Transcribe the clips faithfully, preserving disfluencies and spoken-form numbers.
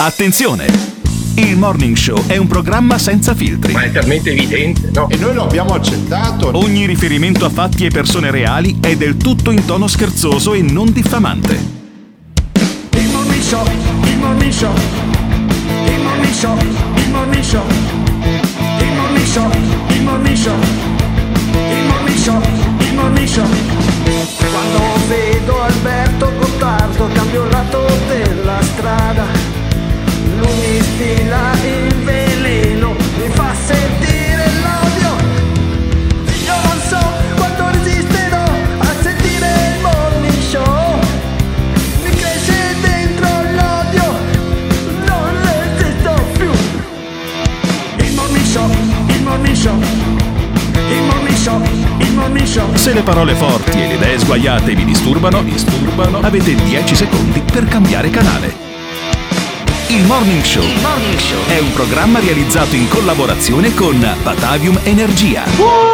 Attenzione! Il Morning Show è un programma senza filtri. Ma è talmente evidente, no? E noi lo abbiamo accettato. Ogni riferimento a fatti e persone reali è del tutto in tono scherzoso e non diffamante. Il Morning Show, il Morning Show, il Morning Show, il Morning Show, il Morning Show, il Morning Show, il Morning Show, il Morning Show. Quando vedo Alberto Gottardo cambio lato della strada. Lui mi stila il veleno, mi fa sentire l'odio. Io non so quanto resisterò a sentire il Morning Show. Mi cresce dentro l'odio, non resisto più. Il Morning Show, il Morning Show, il Morning Show, il Morning Show. Se le parole forti e le idee sguaiate vi disturbano, disturbano, avete dieci secondi per cambiare canale. Il Morning Show. Il Morning Show è un programma realizzato in collaborazione con Batavium Energia.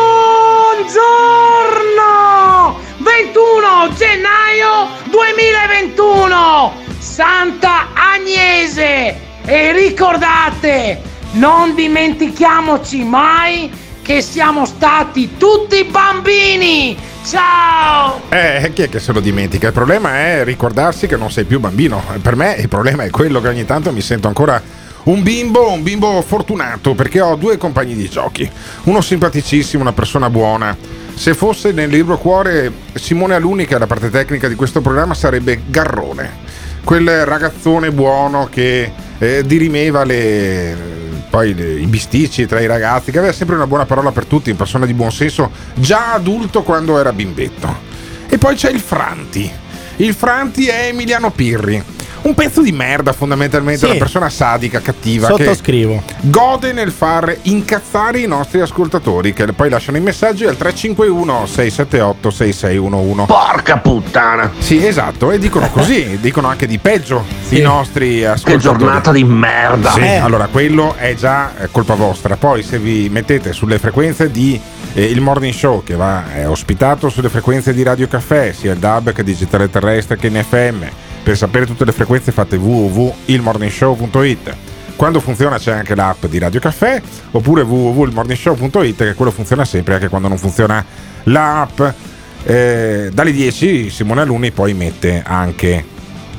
Buongiorno! ventuno gennaio duemilaventuno, Santa Agnese! E ricordate, non dimentichiamoci mai che siamo stati tutti bambini! Ciao! Eh, chi è che se lo dimentica? Il problema è ricordarsi che non sei più bambino. Per me il problema è quello che ogni tanto mi sento ancora un bimbo, un bimbo fortunato, perché ho due compagni di giochi. Uno simpaticissimo, una persona buona. Se fosse nel libro cuore Simone Alunni, che è la parte tecnica di questo programma, sarebbe Garrone. Quel ragazzone buono che eh, dirimeva le... poi i bisticci tra i ragazzi, che aveva sempre una buona parola per tutti, una persona di buon senso, già adulto quando era bimbetto. E poi c'è il Franti. Il Franti è Emiliano Pirri, un pezzo di merda fondamentalmente, sì. Una persona sadica, cattiva, sottoscrivo, che gode nel far incazzare i nostri ascoltatori, che poi lasciano i messaggi al tre cinque uno sei sette otto sei sei uno uno. Porca puttana! Sì, esatto, e dicono così, dicono anche di peggio, sì. I nostri ascoltatori. Che giornata di merda! Sì, eh. allora quello è già colpa vostra. Poi se vi mettete sulle frequenze di eh, il Morning Show, che va è ospitato sulle frequenze di Radio Caffè, sia il D A B che digitale terrestre che in F M. Per sapere tutte le frequenze fate w w w punto il morning show punto i t. Quando funziona c'è anche l'app di Radio Caffè, oppure w w w punto il morning show punto i t, che quello funziona sempre anche quando non funziona l'app. Eh, dalle dieci Simone Alunni poi mette anche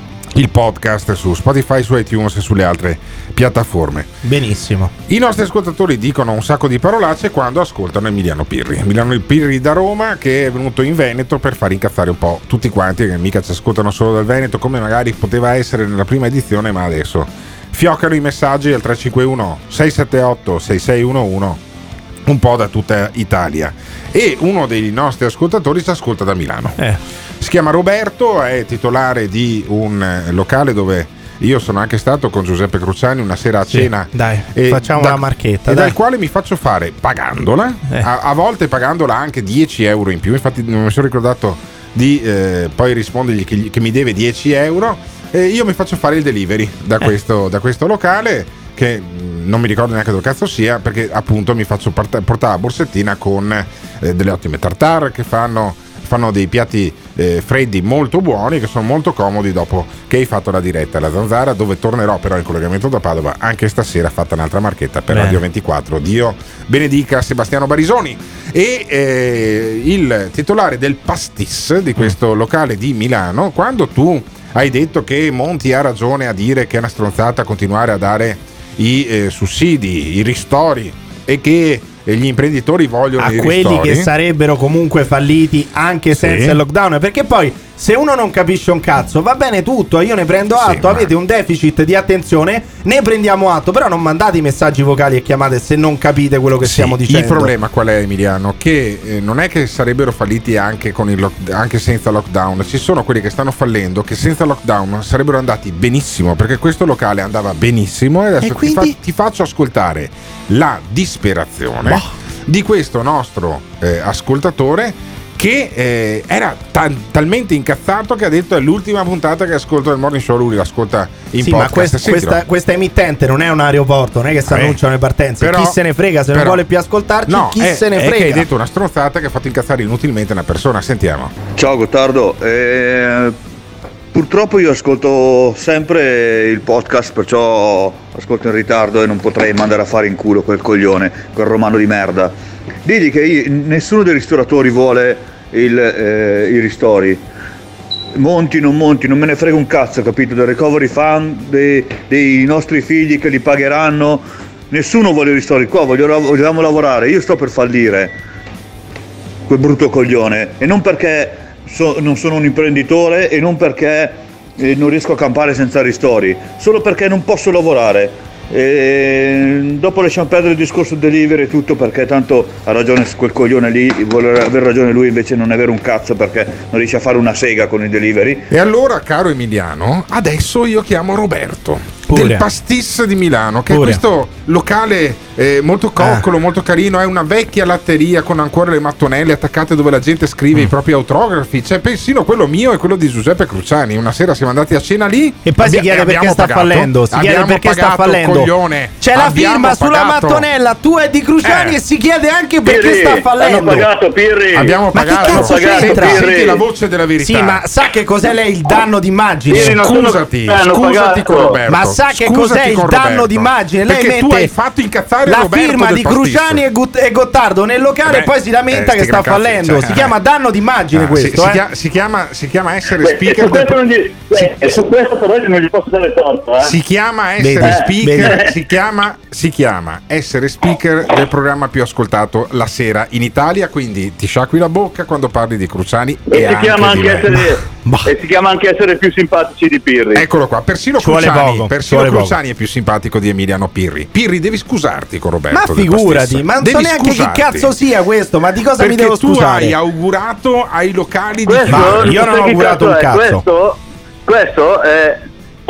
il podcast su Spotify, su iTunes e sulle altre piattaforme. Benissimo. I nostri ascoltatori dicono un sacco di parolacce quando ascoltano Emiliano Pirri. Emiliano Pirri da Roma, che è venuto in Veneto per far incazzare un po' tutti quanti, che mica ci ascoltano solo dal Veneto come magari poteva essere nella prima edizione, ma adesso fioccano i messaggi al tre cinque uno sei sette otto sei sei uno uno un po' da tutta Italia. E uno dei nostri ascoltatori ci ascolta da Milano. Eh. Si chiama Roberto, è titolare di un locale dove io sono anche stato con Giuseppe Cruciani una sera a sì, cena. Dai, facciamo da, la marchetta. E dai. dal quale mi faccio fare pagandola, eh. a, a volte pagandola anche dieci euro in più. Infatti non mi sono ricordato di eh, poi rispondergli che, che mi deve dieci euro. E io mi faccio fare il delivery da, eh. questo, da questo locale, che non mi ricordo neanche dove cazzo sia, perché appunto mi faccio portare la borsettina con eh, delle ottime tartare che fanno, fanno dei piatti eh, freddi molto buoni, che sono molto comodi dopo che hai fatto la diretta alla Zanzara, dove tornerò però in collegamento da Padova anche stasera, fatta un'altra marchetta per Bene. Radio ventiquattro. Dio benedica Sebastiano Barisoni. E eh, il titolare del pastis di questo mm. locale di Milano, quando tu hai detto che Monti ha ragione a dire che è una stronzata continuare a dare i eh, sussidi, i ristori, e che gli imprenditori vogliono a i quelli ristori, che sarebbero comunque falliti anche sì. senza il lockdown, perché poi se uno non capisce un cazzo va bene tutto, io ne prendo atto, sì, avete ma... un deficit di attenzione, ne prendiamo atto, però non mandate i messaggi vocali e chiamate se non capite quello che sì, stiamo dicendo. Il problema qual è, Emiliano? Che eh, non è che sarebbero falliti anche, con il lock- anche senza lockdown, ci sono quelli che stanno fallendo che senza lockdown sarebbero andati benissimo, perché questo locale andava benissimo, e adesso e quindi... ti, fa- ti faccio ascoltare la disperazione boh. di questo nostro eh, ascoltatore, che eh, era ta- talmente incazzato che ha detto è l'ultima puntata che ascolto del Morning Show, lui l'ascolta in sì, podcast. Ma quest- questa, questa emittente non è un aeroporto, non è che si annunciano le partenze, però, chi se ne frega, se però, non vuole più ascoltarci, no, chi è, se ne frega. È che hai detto una stronzata che ha fatto incazzare inutilmente una persona. Sentiamo. Ciao Gottardo, eh, purtroppo io ascolto sempre il podcast, perciò ascolto in ritardo e non potrei mandare a fare in culo quel coglione, quel romano di merda. Digli che io, nessuno dei ristoratori vuole il, eh, i ristori. Monti, non monti, non me ne frega un cazzo, capito? Del recovery fund, dei, dei nostri figli che li pagheranno. Nessuno vuole i ristori qua, voglio, vogliamo lavorare. Io sto per fallire, quel brutto coglione. E non perché So, non sono un imprenditore e non perché eh, non riesco a campare senza ristori, solo perché non posso lavorare. E dopo lasciamo perdere il discorso delivery e tutto, perché tanto ha ragione quel coglione lì, vuole aver ragione lui, invece non è vero un cazzo, perché non riesce a fare una sega con i delivery. E allora, caro Emiliano, adesso io chiamo Roberto Pure. del Pastis di Milano, che Pure. è questo locale eh, molto coccolo, Ah. molto carino, è una vecchia latteria con ancora le mattonelle attaccate dove la gente scrive Mm. i propri autografi, c'è persino quello mio e quello di Giuseppe Cruciani. Una sera siamo andati a cena lì E poi si abbia- chiede e perché abbiamo sta pagato. fallendo. Si chiede Abbiamo perché sta pagato, fallendo. coglione. C'è la Abbiamo firma sulla pagato. mattonella, tua è di Cruciani Eh. e si chiede anche perché Pirri, sta hanno fallendo. pagato, Pirri. Abbiamo Ma che pagato. cazzo c'entra? Senti, Pirri. senti la voce della verità. Sì, ma sa che cos'è lei il danno d'immagine? Pirri, non sono- Scusati, eh, hanno scusati pagato. con Roberto. Ma sa che Scusati cos'è il con danno Roberto. d'immagine? Lei Perché tu mette hai fatto incazzare la Roberto firma del di Pastis. Cruciani e, Gut- e Gottardo nel locale Beh, e poi si lamenta eh, che sti sta gran cazzi, fallendo. cioè, si eh. chiama danno d'immagine Ah, questo, si, si eh. chiama, si, chiama, si chiama essere Beh, speaker su questo del- non gli, beh, si- su questo però io non gli posso dare torto, eh. si chiama essere Vedi, speaker vedi. si chiama, si chiama essere speaker del programma più ascoltato la sera in Italia, quindi ti sciacqui la bocca quando parli di Cruciani e, E si anche chiama di anche me. essere Ma- e si chiama anche essere più simpatici di Pirri. Eccolo qua, persino Ci vuole Cruciani, poco, persino ci vuole Cruciani è più simpatico di Emiliano Pirri. Pirri, devi scusarti con Roberto. Ma del figurati, Pastis. ma non so Devi neanche scusarti. che cazzo sia questo, ma di cosa Perché mi devo tu scusare? hai augurato ai locali di Questo, Ma io sai non ho che augurato un è? cazzo. Questo, questo è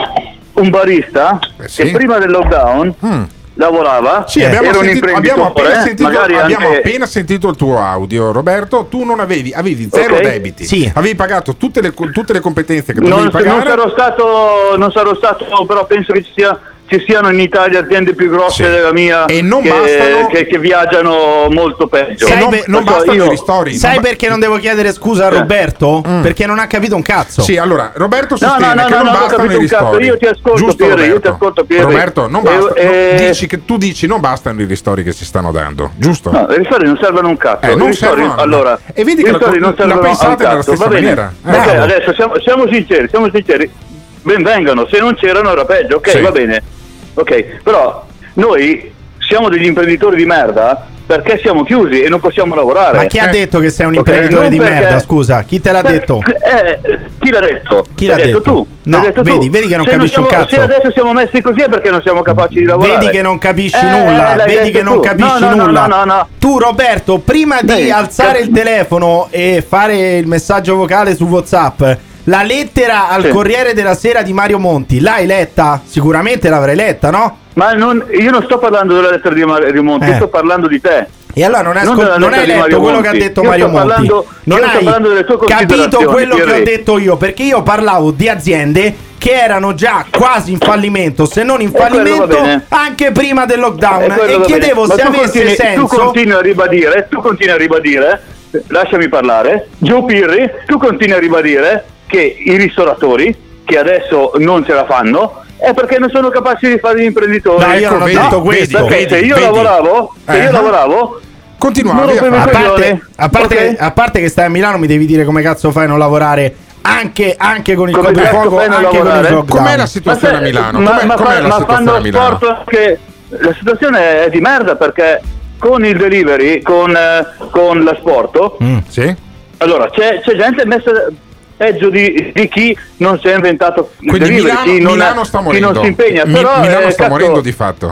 un barista Eh sì. che prima del lockdown Mm. lavorava, Sì, abbiamo, era un sentito- abbiamo imprenditore, appena, sentito, magari abbiamo anche appena sentito il tuo audio, Roberto. Tu non avevi, avevi zero Ok. debiti, Sì. avevi pagato tutte le, tutte le competenze che dovevi non, non pagare. sarò stato, non sarò stato, però penso che ci sia ci siano in Italia aziende più grosse Sì. della mia E non che, bastano- che, che viaggiano molto peggio. E Sai non, per- non lo so, bastano io- i ristori. Sai non ba- perché non devo chiedere scusa a Eh. Roberto? Perché non ha capito un cazzo. Sì, allora Roberto No, sostiene no, no, che no, non no, ho bastano capito i un cazzo, ristori. io ti ascolto, Giusto, Pirri, io ti Roberto? ascolto, Pirri. Roberto, non E- basta, e- no, dici che tu dici non bastano i ristori che si stanno dando, giusto? No, i ristori non servono un cazzo. Eh, non I ristori, servono. allora, E vedi i che la- ristori non la servono pensate a un nella cazzo, stessa va bene. maniera. Eh. Ok, Bravo. adesso siamo, siamo sinceri, siamo sinceri. Ben vengano, se non c'erano era peggio, ok, Sì. va bene. Ok, però noi siamo degli imprenditori di merda perché siamo chiusi e non possiamo lavorare. Ma chi ha Eh. detto che sei un Ok, imprenditore non di perché- merda? Scusa, chi te l'ha Beh, detto? Eh, chi l'ha detto? Chi l'ha L'hai detto? tu. No, L'hai detto tu. vedi, vedi che non Se capisci un siamo- cazzo. Se adesso siamo messi così è perché non siamo capaci di lavorare. Vedi che non capisci Eh, nulla, l'hai vedi detto che non tu. capisci No, no, no, nulla. no, no, no. Tu Roberto, prima di Dai, alzare cap- il telefono e fare il messaggio vocale su WhatsApp, la lettera al Sì. Corriere della Sera di Mario Monti, l'hai letta? Sicuramente l'avrai letta, no? Ma non, io non sto parlando della lettera di Mario Monti, Eh. io sto parlando di te. E allora non hai, Non ascol- della non lettera hai di letto Mario quello che ha Monti. detto Io Mario sto Monti. parlando- Non io sto hai parlando delle tue capito considerazioni, quello che ho Pirri. detto io, perché io parlavo di aziende che erano già quasi in fallimento, se non in quello va fallimento bene. anche prima del lockdown. E quello E va chiedevo bene. se Ma tu avesse continui, senso. Tu continui a ribadire, tu continui a ribadire, lasciami parlare, Gio Pirri, tu continui a ribadire che i ristoratori, che adesso non ce la fanno, è perché non sono capaci di fare gli imprenditori. No, io non ho vedi, detto vedi, questo. Perché vedi, se io vedi. lavoravo, se Eh. io lavoravo, Continuavi Non a rompimi A fare. i parte, coglioni. a, parte, Ok. a parte che stai a Milano, mi devi dire come cazzo fai a non lavorare anche, anche con il Come cazzo coprifuoco, fai a non anche con il lavorare? lockdown. Com'è la ma, situazione se- a Milano? ma, Com'è, ma, com'è fa- la ma situazione fanno a Milano? sport anche. La situazione è di merda perché con il delivery, con, eh, con l'asporto, Mm. Sì? allora c'è, c'è gente messa peggio di, di chi non si è inventato il Quindi delivery, Milano, chi non, Milano sta chi morendo. non si impegna. Mi- però, Milano eh, sta cazzo, morendo di fatto.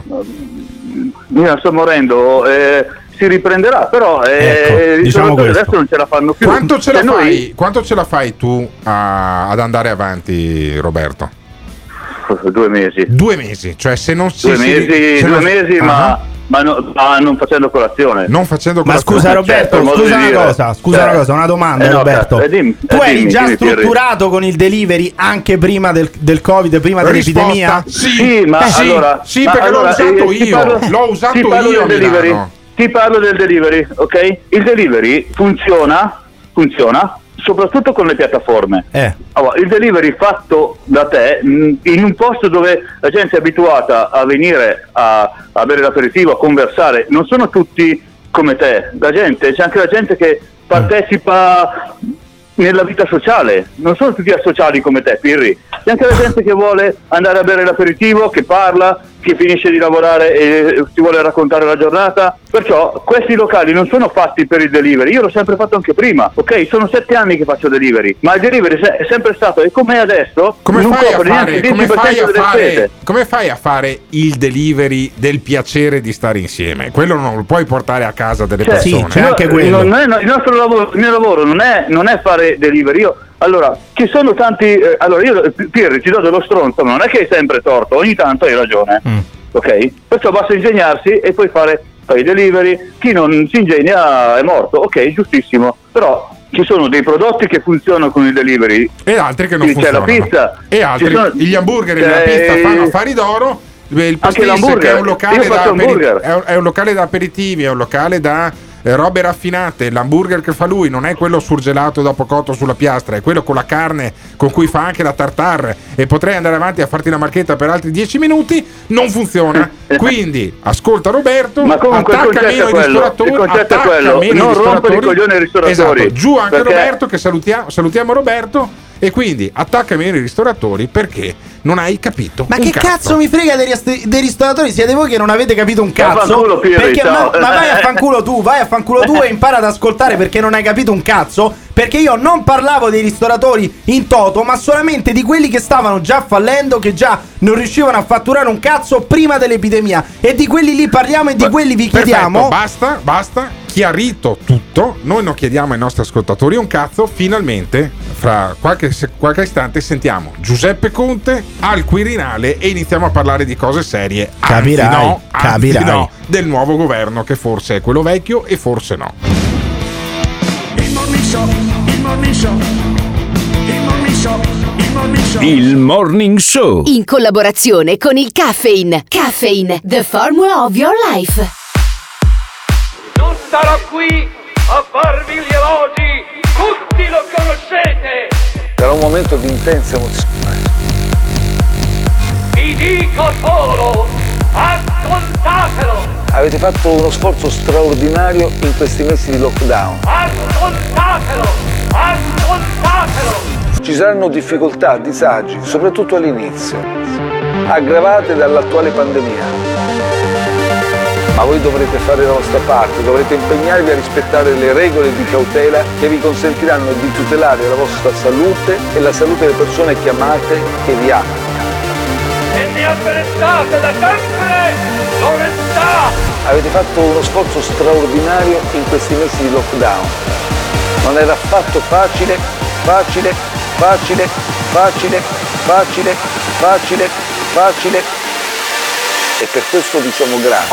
Milano sta morendo, eh, si riprenderà, però eh, Ecco, i diciamo ristoratori questo. adesso non ce la fanno più. Quanto ce la Cioè, noi- fai? Quanto ce la fai tu a- ad andare avanti, Roberto? Due mesi. Due mesi, cioè se non si Due si- mesi, se due non- mesi Ah, ma, ma, no- ma non facendo colazione. non facendo Ma colazione. scusa Roberto, Certo, modo scusa di una dire. cosa, scusa Cioè, una cosa, una domanda eh no, Roberto. cazzo, eh, dimmi, tu eh, eri dimmi, già dimmi, Pirri. strutturato con il delivery anche prima del, del Covid, prima Risposta, dell'epidemia? Sì, Sì, ma Eh, sì, allora sì, ma perché allora, l'ho usato eh, ti io. parlo- l'ho usato ti parlo io a del delivery. Milano. Ti parlo del delivery, ok? Il delivery funziona, funziona soprattutto con le piattaforme. Eh. Allora, il delivery fatto da te mh, in un posto dove la gente è abituata a venire a, a bere l'aperitivo, a conversare, non sono tutti come te, la gente, c'è anche la gente che partecipa nella vita sociale, non sono tutti asociali come te, Pirri, c'è anche la gente che vuole andare a bere l'aperitivo, che parla, che finisce di lavorare e si vuole raccontare la giornata, perciò questi locali non sono fatti per il delivery, io l'ho sempre fatto anche prima, ok? Sono sette anni che faccio delivery, ma il delivery è sempre stato, e com'è adesso, Come non fai, a copre fare, neanche il come, dieci per fai cento a delle fare, spese. come fai a fare il delivery del piacere di stare insieme? Quello non lo puoi portare a casa delle Cioè, persone. c'è anche no, quello. non è- no, il nostro lavoro, il mio lavoro non è, non è fare delivery. Io, allora, ci sono tanti. Eh, allora, io Pirri ti do dello stronzo, ma non è che hai sempre torto, ogni tanto hai ragione. Mm. Ok? Perciò basta ingegnarsi e poi fare, fare i delivery. Chi non si ingegna è morto, ok, giustissimo. Però ci sono dei prodotti che funzionano con il delivery. E altri che non C'è la funzionano. pizza. E altri, Ci sono- gli hamburger e c'è- la pizza fanno affari d'oro. Il pastis, l'hamburger. che è un Io locale faccio da aperi- hamburger. è un, è un locale da aperitivi, è un locale da eh, robe raffinate. L'hamburger che fa lui non è quello surgelato dopo cotto sulla piastra, è quello con la carne con cui fa anche la tartare. E potrei andare avanti a farti la marchetta per altri dieci minuti, non funziona. Quindi ascolta Roberto, Ma comunque il attacca concetto meno è i quello, ristoratori, il concetto è attacca quello, meno i non rompere ristoratori. i coglioni ai ristoratori, Esatto, giù anche perché- Roberto, che salutiamo, salutiamo Roberto. E quindi attacca meno i ristoratori perché non hai capito. Ma un che cazzo mi frega dei, rist- dei ristoratori? Siete voi che non avete capito un cazzo? Vaffanculo, Pirri, Perché ma, ciao. ma vai a fanculo tu, vai a fanculo tu e impara ad ascoltare perché non hai capito un cazzo. Perché io non parlavo dei ristoratori in toto, ma solamente di quelli che stavano già fallendo, che già non riuscivano a fatturare un cazzo prima dell'epidemia. E di quelli lì parliamo e di quelli vi chiediamo. Perfetto, basta, basta. Chiarito tutto, noi non chiediamo ai nostri ascoltatori un cazzo. Finalmente, fra qualche, se- qualche istante, sentiamo Giuseppe Conte al Quirinale e iniziamo a parlare di cose serie. Anzi, Capirai, no, anzi capirai. no, del nuovo governo, che forse è quello vecchio e forse no. Il Morning Show, il Morning Show, il Morning Show, il Morning Show. Il Morning Show. In collaborazione con il Caffeine. Caffeine, the formula of your life. Non starò qui a farvi gli elogi, tutti lo conoscete. Sarà un momento di intensa emozione. Vi dico solo, ascoltatelo, Avete fatto uno sforzo straordinario in questi mesi di lockdown. ascoltatelo, ascoltatelo. Ci saranno difficoltà, disagi, soprattutto all'inizio, aggravate dall'attuale pandemia. Ma voi dovrete fare la vostra parte, dovrete impegnarvi a rispettare le regole di cautela che vi consentiranno di tutelare la vostra salute e la salute delle persone che amate, che vi amano. E ne apprezzate da sempre l'onestà. Avete fatto uno sforzo straordinario in questi mesi di lockdown. Non era affatto facile, facile, facile, facile, facile, facile, facile. E per questo vi siamo grati.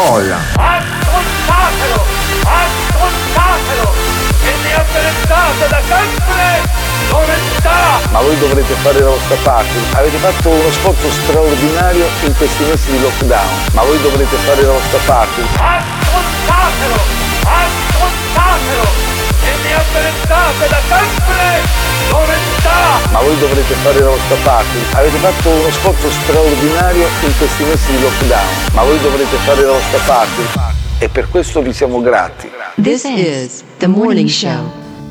Ascoltatelo, ascoltatelo. E ne apprezzate da sempre l'onestà. Ma voi dovrete fare la vostra parte. Avete fatto uno sforzo straordinario in questi mesi di lockdown. Ma voi dovrete fare la vostra parte. Ascoltatelo, ascoltatelo. E ne apprezzate da sempre l'onestà. Ma voi dovrete fare la vostra parte. Avete fatto uno sforzo straordinario in questi mesi di lockdown. Ma voi dovrete fare la vostra parte. E per questo vi siamo grati. This is the morning show.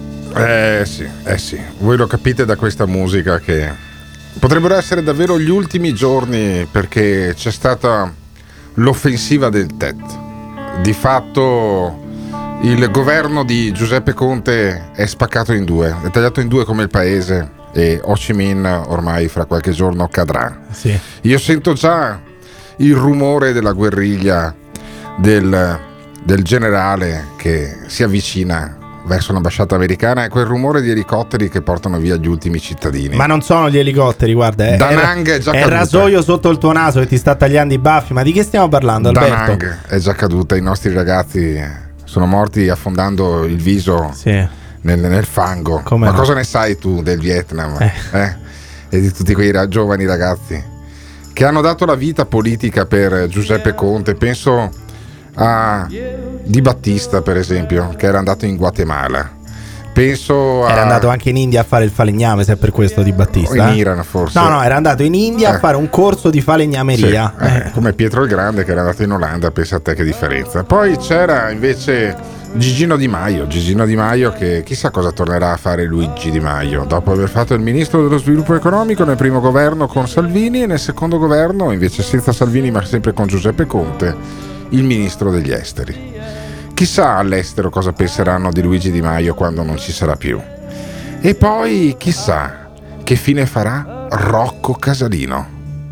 Eh sì, eh sì, voi lo capite da questa musica che potrebbero essere davvero gli ultimi giorni, perché c'è stata l'offensiva del T E T. Di fatto il governo di Giuseppe Conte è spaccato in due, è tagliato in due come il paese, e Ho Chi Minh ormai fra qualche giorno cadrà. Sì. Io sento già il rumore della guerriglia del, del generale che si avvicina verso l'ambasciata americana, e quel rumore di elicotteri che portano via gli ultimi cittadini. Ma non sono gli elicotteri, guarda, è, Da Nang è già è il caduta. rasoio sotto il tuo naso che ti sta tagliando i baffi. Ma di che stiamo parlando, Da Alberto? Nang è già caduta, i nostri ragazzi sono morti affondando il viso Sì. nel, nel fango. Come Ma no? cosa ne sai tu del Vietnam? Eh. Eh? E di tutti quei ra- giovani ragazzi che hanno dato la vita politica per Giuseppe Conte? Penso a Di Battista, per esempio, che era andato in Guatemala. penso a... Era andato anche in India a fare il falegname, se è per questo Di Battista. In eh? Iran forse. No, no, era andato in India Eh. a fare un corso di falegnameria. Sì, eh, Eh. come Pietro il Grande che era andato in Olanda, pensa a te che differenza. Poi c'era invece Gigino Di Maio, Gigino Di Maio che chissà cosa tornerà a fare Luigi Di Maio dopo aver fatto il ministro dello sviluppo economico nel primo governo con Salvini e nel secondo governo invece senza Salvini ma sempre con Giuseppe Conte, il ministro degli esteri. Chissà all'estero cosa penseranno di Luigi Di Maio quando non ci sarà più. E poi chissà che fine farà Rocco Casalino.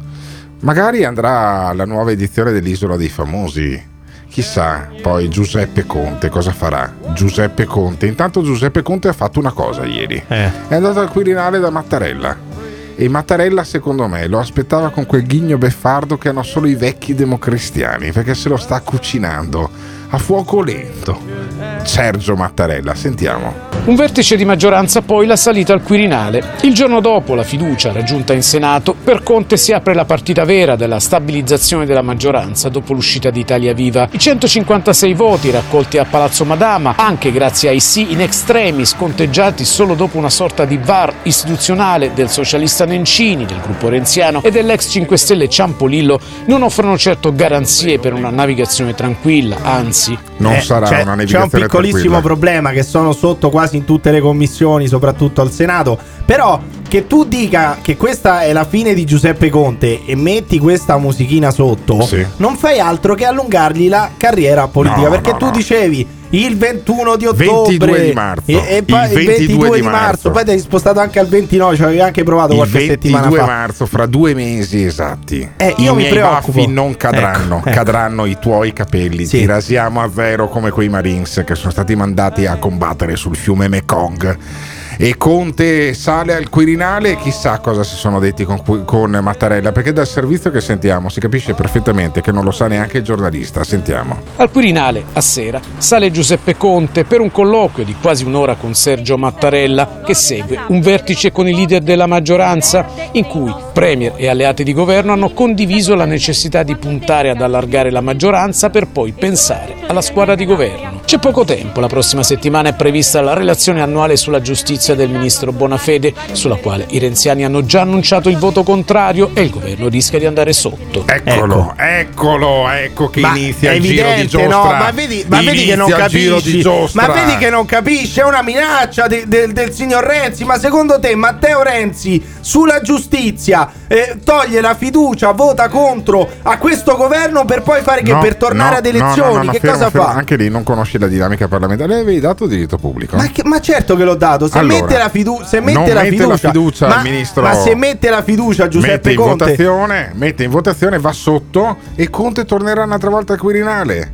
Magari andrà alla nuova edizione dell'Isola dei Famosi. Chissà poi Giuseppe Conte cosa farà. Giuseppe Conte. Intanto Giuseppe Conte ha fatto una cosa ieri. Eh. È andato al Quirinale da Mattarella. E Mattarella secondo me lo aspettava con quel ghigno beffardo che hanno solo i vecchi democristiani, perché se lo sta cucinando a fuoco lento. Sergio Mattarella, sentiamo. Un vertice di maggioranza poi la salita al Quirinale. Il giorno dopo la fiducia raggiunta in Senato, per Conte si apre la partita vera della stabilizzazione della maggioranza dopo l'uscita di Italia Viva. I centocinquantasei voti raccolti a Palazzo Madama, anche grazie ai sì in extremis conteggiati solo dopo una sorta di V A R istituzionale del socialista Nencini, del gruppo renziano e dell'ex cinque Stelle Ciampolillo, non offrono certo garanzie per una navigazione tranquilla, anzi. Non Eh, sarà c'è, una c'è un navigazione piccolissimo tranquilla. problema che sono sotto quasi in tutte le commissioni, soprattutto al Senato. Però che tu dica che questa è la fine di Giuseppe Conte e metti questa musichina sotto, Sì. non fai altro che allungargli la carriera politica. No, perché no, tu no. dicevi il ventuno di ottobre, ventidue di marzo. e, e poi Il il ventidue di marzo. poi ti hai spostato anche al ventinove, ci avevi anche provato Il qualche settimana ventidue fa. marzo, fra due mesi esatti. Eh, I io mi miei preoccupo. baffi non cadranno, Ecco, ecco. cadranno i tuoi capelli. Sì. Ti rasiamo a zero come quei Marines che sono stati mandati a combattere sul fiume Mekong. E Conte sale al Quirinale, chissà cosa si sono detti con, con Mattarella, perché dal servizio che sentiamo si capisce perfettamente che non lo sa neanche il giornalista. Sentiamo. Al Quirinale, a sera, sale Giuseppe Conte per un colloquio di quasi un'ora con Sergio Mattarella, che segue un vertice con i leader della maggioranza, in cui premier e alleati di governo hanno condiviso la necessità di puntare ad allargare la maggioranza per poi pensare alla squadra di governo. C'è poco tempo, la prossima settimana è prevista la relazione annuale sulla giustizia del ministro Bonafede, sulla quale i renziani hanno già annunciato il voto contrario e il governo rischia di andare sotto. Eccolo, eccolo, ecco che Ma inizia è il giro di evidente, giostra. no? Ma vedi, ma vedi che non Inizia il giro di capisci. giostra. Ma vedi che non capisci. È una minaccia de- de- del signor Renzi. Ma secondo te Matteo Renzi sulla giustizia eh, toglie la fiducia, vota contro a questo governo per poi fare che No, per tornare no, ad no, elezioni? no, no, che fermo, cosa fermo. fa? Anche lì non conosci la dinamica parlamentare. Le avevi dato diritto pubblico? Ma, che- ma certo che l'ho dato. Se Allora, mette la, fidu- se mette non la mette fiducia, la fiducia ma, al ministro- ma se mette la fiducia a Giuseppe mette in Conte, votazione, mette in votazione, va sotto e Conte tornerà un'altra volta al Quirinale.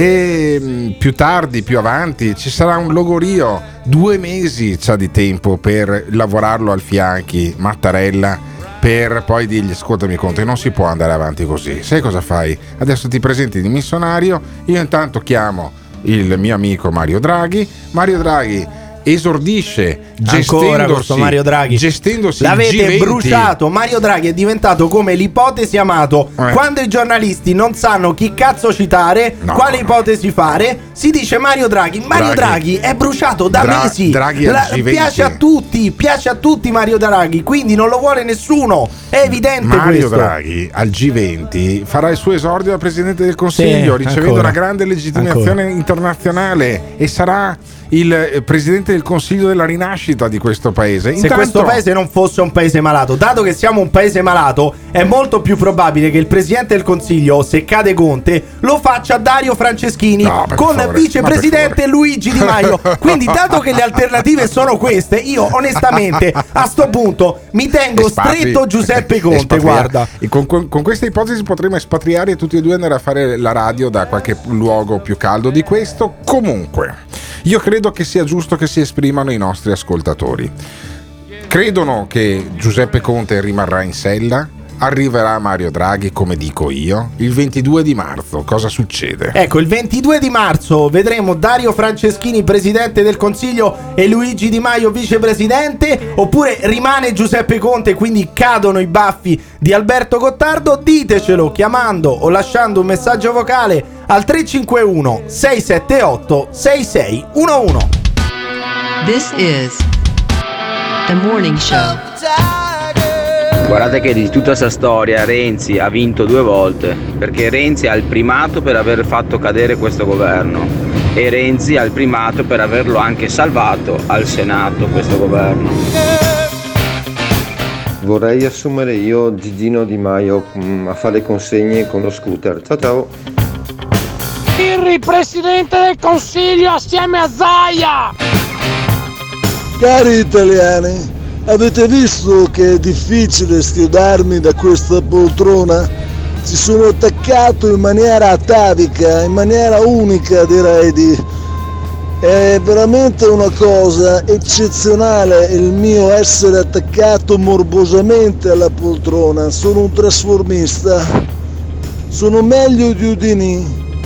E mh, più tardi, più avanti, ci sarà un logorio. Due mesi c'ha di tempo per lavorarlo al fianchi Mattarella, per poi dirgli: ascoltami Conte, non si può andare avanti così. Sai cosa fai? Adesso ti presenti dimissionario, io intanto chiamo il mio amico Mario Draghi. Mario Draghi esordisce ancora gestendosi, questo Mario Draghi, gestendosi il l'avete G venti. bruciato. Mario Draghi è diventato come l'ipotesi Amato. Eh. Quando i giornalisti non sanno chi cazzo citare, No, quale no. ipotesi fare, si dice Mario Draghi. Mario Draghi, Draghi. è bruciato da Dra- mesi. Draghi al La- G venti. piace a tutti, piace a tutti Mario Draghi, quindi non lo vuole nessuno. È evidente Mario questo. Draghi al G venti farà il suo esordio da Presidente del Consiglio, Sì, ricevendo ancora. una grande legittimazione Ancora. internazionale e sarà il eh, Presidente del Consiglio della rinascita di questo paese. Se Intanto- questo paese non fosse un paese malato, dato che siamo un paese malato, è molto più probabile che il Presidente del Consiglio, se cade Conte, lo faccia Dario Franceschini No, per con favore, vicepresidente ma per Luigi Di Maio. Quindi, dato che le alternative sono queste, io onestamente a sto punto mi tengo Espatri- stretto Giuseppe Conte. espatria- Guarda, E con, con- con questa ipotesi potremo espatriare e tutti e due andare a fare la radio da qualche luogo più caldo di questo. Comunque, io credo che sia giusto che si esprimano i nostri ascoltatori. Credono che Giuseppe Conte rimarrà in sella? Arriverà Mario Draghi, come dico io, il ventidue di marzo. Cosa succede? ecco, il ventidue di marzo vedremo Dario Franceschini Presidente del Consiglio e Luigi Di Maio Vicepresidente, oppure rimane Giuseppe Conte, quindi cadono i baffi di Alberto Gottardo? Ditecelo chiamando o lasciando un messaggio vocale al tre cinque uno sei sette otto sei sei uno uno. This is The Morning Show. Guardate che di tutta questa storia Renzi ha vinto due volte, perché Renzi ha il primato per aver fatto cadere questo governo e Renzi ha il primato per averlo anche salvato al Senato questo governo. Vorrei assumere io Gigino Di Maio mh, a fare le consegne con lo scooter. Ciao ciao. Pirri, presidente del consiglio assieme a Zaia. Cari italiani, avete visto che è difficile schiodarmi da questa poltrona? Ci sono attaccato in maniera atavica, in maniera unica direi di... È veramente una cosa eccezionale il mio essere attaccato morbosamente alla poltrona. Sono un trasformista, sono meglio di Udini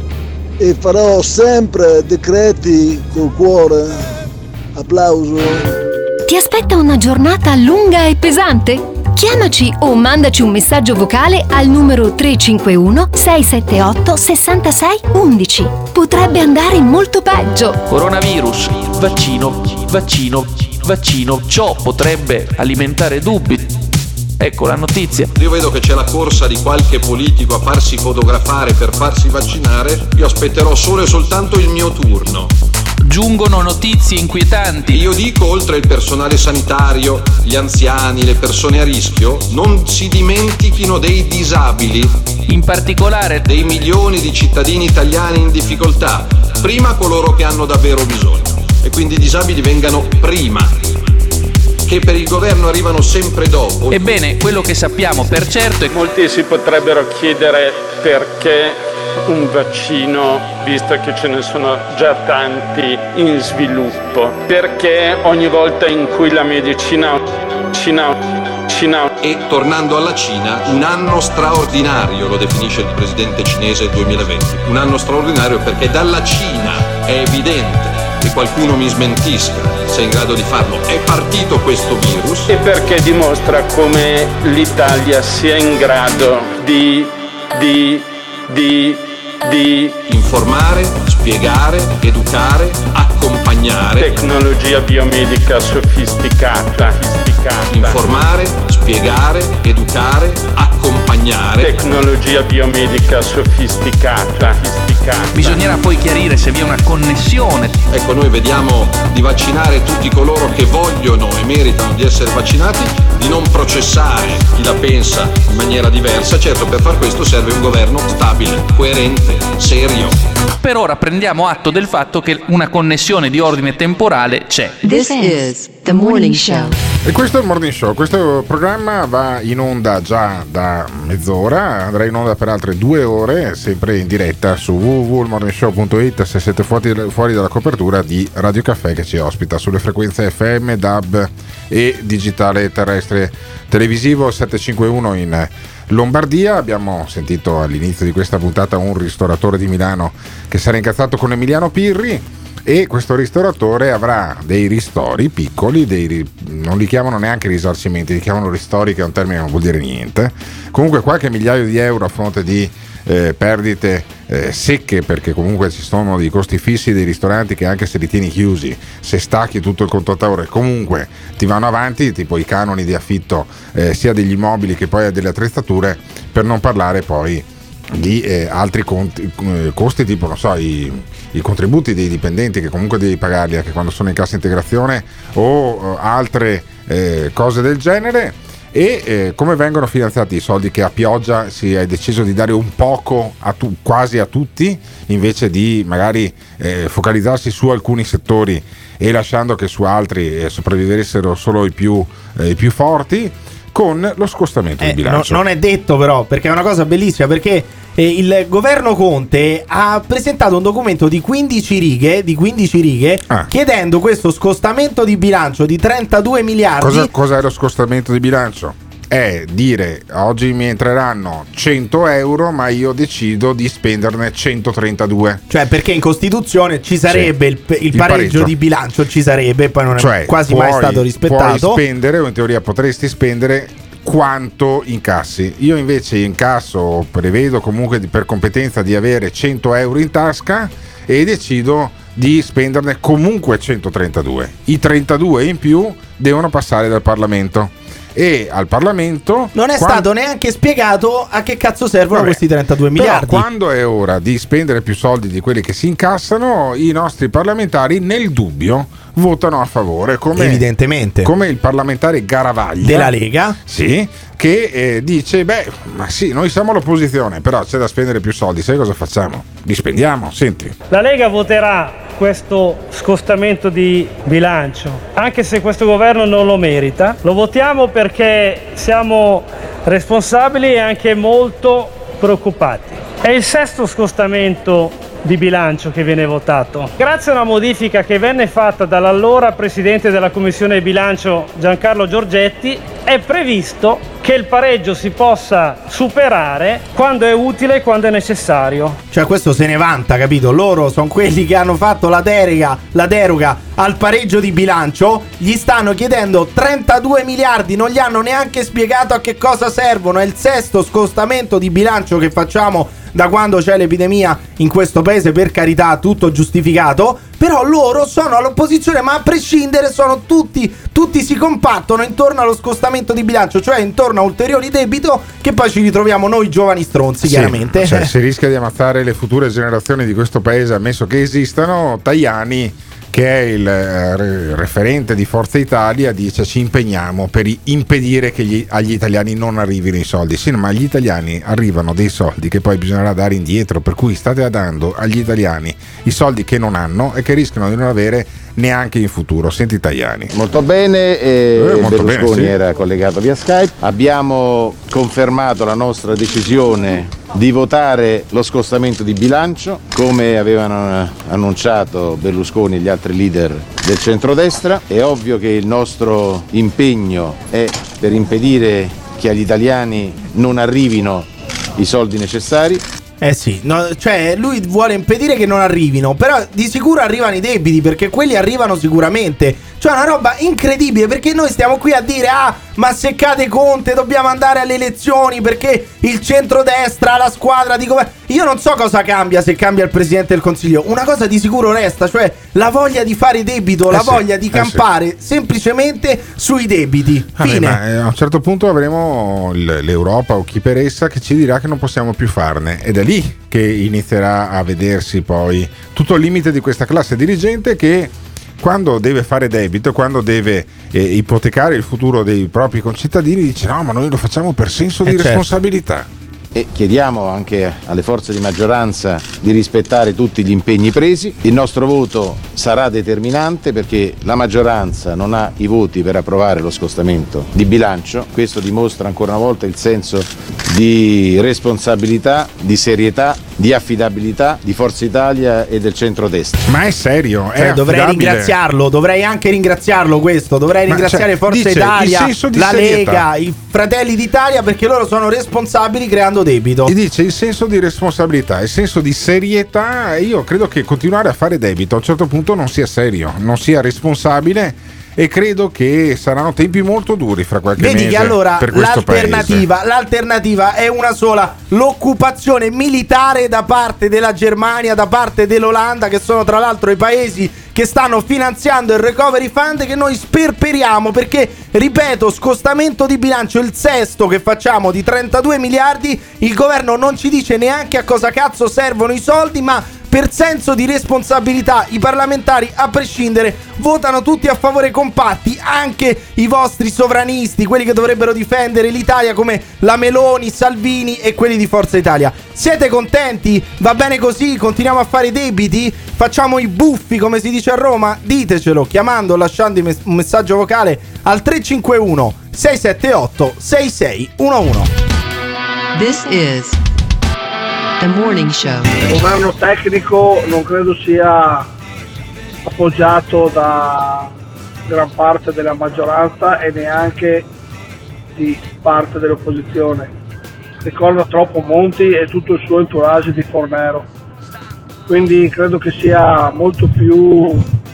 e farò sempre decreti col cuore. Applauso. Ti aspetta una giornata lunga e pesante? Chiamaci o mandaci un messaggio vocale al numero tre cinque uno sei sette otto sei sei uno uno. Potrebbe andare molto peggio. Coronavirus, vaccino, vaccino, vaccino. Ciò potrebbe alimentare dubbi. Ecco la notizia. Io vedo che c'è la corsa di qualche politico a farsi fotografare per farsi vaccinare. Io aspetterò solo e soltanto il mio turno. Giungono notizie inquietanti. Io dico, oltre il personale sanitario, gli anziani, le persone a rischio, non si dimentichino dei disabili, in particolare dei milioni di cittadini italiani in difficoltà, prima coloro che hanno davvero bisogno, e quindi i disabili vengano prima, che per il governo arrivano sempre dopo. Ebbene, quello che sappiamo per certo è che molti si potrebbero chiedere perché un vaccino, visto che ce ne sono già tanti in sviluppo, perché ogni volta in cui la medicina Cina, Cina. E tornando alla Cina, un anno straordinario lo definisce il presidente cinese il duemilaventi, un anno straordinario perché dalla Cina è evidente, che qualcuno mi smentisca se è in grado di farlo, è partito questo virus, e perché dimostra come l'Italia sia in grado di di di di informare, spiegare, educare, accompagnare. Tecnologia biomedica sofisticata, sofisticata. Informare, spiegare, educare, accompagnare. Tecnologia biomedica sofisticata, sofisticata. Bisognerà poi chiarire se vi è una connessione. Ecco, noi vediamo di vaccinare tutti coloro che vogliono e meritano di essere vaccinati, di non processare chi la pensa in maniera diversa. Certo, per far questo serve un governo stabile, coerente, serio. Per ora prendiamo atto del fatto che una connessione di ordine temporale c'è. This is The Morning Show. E questo è il Morning Show. Questo programma va in onda già da mezz'ora, andrà in onda per altre due ore, sempre in diretta su w w w punto il morning show punto it se siete fuori, fuori dalla copertura di Radio Caffè, che ci ospita sulle frequenze F M, D A B e digitale terrestre televisivo settecentocinquantuno in Lombardia. Abbiamo sentito all'inizio di questa puntata un ristoratore di Milano che si era incazzato con Emiliano Pirri, e questo ristoratore avrà dei ristori piccoli, dei, non li chiamano neanche risarcimenti, li chiamano ristori, che è un termine che non vuol dire niente, comunque qualche migliaio di euro a fronte di eh, perdite eh, secche, perché comunque ci sono dei costi fissi dei ristoranti che anche se li tieni chiusi, se stacchi tutto il contatore comunque ti vanno avanti, tipo i canoni di affitto eh, sia degli immobili che poi delle attrezzature, per non parlare poi di eh, altri conti, eh, costi tipo, non so, i, i contributi dei dipendenti che comunque devi pagarli anche quando sono in cassa integrazione o eh, altre eh, cose del genere. E eh, come vengono finanziati i soldi che a pioggia si è deciso di dare un poco a tu, quasi a tutti, invece di magari eh, focalizzarsi su alcuni settori e lasciando che su altri eh, sopravvivessero solo i più, eh, i più forti, con lo scostamento eh, di bilancio. No, non è detto però, perché è una cosa bellissima, perché eh, il governo Conte ha presentato un documento di quindici righe, di quindici righe ah. chiedendo questo scostamento di bilancio di trentadue miliardi. Cosa, cosa è lo scostamento di bilancio? È dire: oggi mi entreranno cento euro, ma io decido di spenderne centotrentadue. Cioè, perché in Costituzione ci sarebbe sì. il, il, il pareggio, pareggio di bilancio, ci sarebbe, poi non è cioè, quasi puoi, mai stato rispettato. Puoi spendere, o in teoria potresti spendere, quanto incassi. Io invece incasso, prevedo comunque per competenza di avere cento euro in tasca, e decido di spenderne comunque centotrentadue. I trentadue in più devono passare dal Parlamento. E al Parlamento non è quando... stato neanche spiegato a che cazzo servono Vabbè, questi trentadue miliardi. Però quando è ora di spendere più soldi di quelli che si incassano, i nostri parlamentari nel dubbio votano a favore, come, evidentemente, come il parlamentare Garavaglia della Lega, sì, che eh, dice beh, ma sì, noi siamo l'opposizione, però c'è da spendere più soldi, sai cosa facciamo? Li spendiamo, senti. La Lega voterà questo scostamento di bilancio, anche se questo governo non lo merita. Lo votiamo perché siamo responsabili e anche molto preoccupati. È il sesto scostamento di bilancio che viene votato. Grazie a una modifica che venne fatta dall'allora presidente della Commissione Bilancio Giancarlo Giorgetti, è previsto che il pareggio si possa superare quando è utile e quando è necessario. Cioè questo se ne vanta, capito? Loro sono quelli che hanno fatto la deroga, la deroga al pareggio di bilancio, gli stanno chiedendo trentadue miliardi, non gli hanno neanche spiegato a che cosa servono. È il sesto scostamento di bilancio che facciamo da quando c'è l'epidemia in questo paese, per carità, tutto giustificato, però loro sono all'opposizione, ma a prescindere sono tutti, tutti si compattono intorno allo scostamento di bilancio, cioè intorno a ulteriori debito che poi ci ritroviamo noi giovani stronzi, sì, chiaramente. Cioè, si rischia di ammazzare le future generazioni di questo paese, ammesso che esistano. Tajani, che è il eh, referente di Forza Italia, dice ci impegniamo per impedire che gli, agli italiani non arrivino i soldi. Sì, ma agli italiani arrivano dei soldi che poi bisognerà dare indietro, per cui state dando agli italiani i soldi che non hanno e che rischiano di non avere neanche in futuro. Senti Tajani. Molto bene, eh, eh, molto Berlusconi bene, sì. Era collegato via Skype. Abbiamo confermato la nostra decisione di votare lo scostamento di bilancio come avevano annunciato Berlusconi e gli altri leader del centrodestra. È ovvio che il nostro impegno è per impedire che agli italiani non arrivino i soldi necessari. Eh sì, no, cioè lui vuole impedire che non arrivino, però di sicuro arrivano i debiti, perché quelli arrivano sicuramente. Cioè una roba incredibile, perché noi stiamo qui a dire ah, ma se cade Conte dobbiamo andare alle elezioni perché il centrodestra ha la squadra di governo. Io non so cosa cambia se cambia il Presidente del Consiglio. Una cosa di sicuro resta, cioè la voglia di fare debito, eh la sì, voglia di eh campare sì. semplicemente sui debiti. Vabbè, Fine. ma, eh, a un certo punto avremo l'Europa o chi per essa che ci dirà che non possiamo più farne, ed è lì che inizierà a vedersi poi tutto il limite di questa classe dirigente che, quando deve fare debito, quando deve eh, ipotecare il futuro dei propri concittadini, dice no, ma noi lo facciamo per senso di Eh, certo. responsabilità. E chiediamo anche alle forze di maggioranza di rispettare tutti gli impegni presi. Il nostro voto sarà determinante perché la maggioranza non ha i voti per approvare lo scostamento di bilancio. Questo dimostra ancora una volta il senso di responsabilità, di serietà, di affidabilità di Forza Italia e del centrodestra. Ma è serio, è cioè, dovrei affidabile. ringraziarlo, dovrei anche ringraziarlo questo, dovrei Ma ringraziare cioè, Forza dice, Italia, il senso di la serietà. Lega, i Fratelli d'Italia, perché loro sono responsabili creando debito. E dice il senso di responsabilità, il senso di serietà. Io credo che continuare a fare debito a un certo punto non sia serio, non sia responsabile, e credo che saranno tempi molto duri fra qualche Vedi mese che allora per questo l'alternativa, paese. l'alternativa è una sola: l'occupazione militare da parte della Germania, da parte dell'Olanda, che sono tra l'altro i paesi che stanno finanziando il recovery fund, che noi sperperiamo, perché ripeto, scostamento di bilancio il sesto che facciamo di trentadue miliardi, il governo non ci dice neanche a cosa cazzo servono i soldi, ma per senso di responsabilità i parlamentari, a prescindere, votano tutti a favore compatti, anche i vostri sovranisti, quelli che dovrebbero difendere l'Italia come la Meloni, Salvini e quelli di Forza Italia. Siete contenti? Va bene così? Continuiamo a fare i debiti? Facciamo i buffi, come si dice a Roma? Ditecelo chiamando o lasciando un messaggio vocale al tre cinque uno sei sette otto sei sei uno uno. This is The Morning Show. Il governo tecnico non credo sia appoggiato da gran parte della maggioranza e neanche di parte dell'opposizione. Ricorda troppo Monti e tutto il suo entourage di Fornero. Quindi credo che sia molto più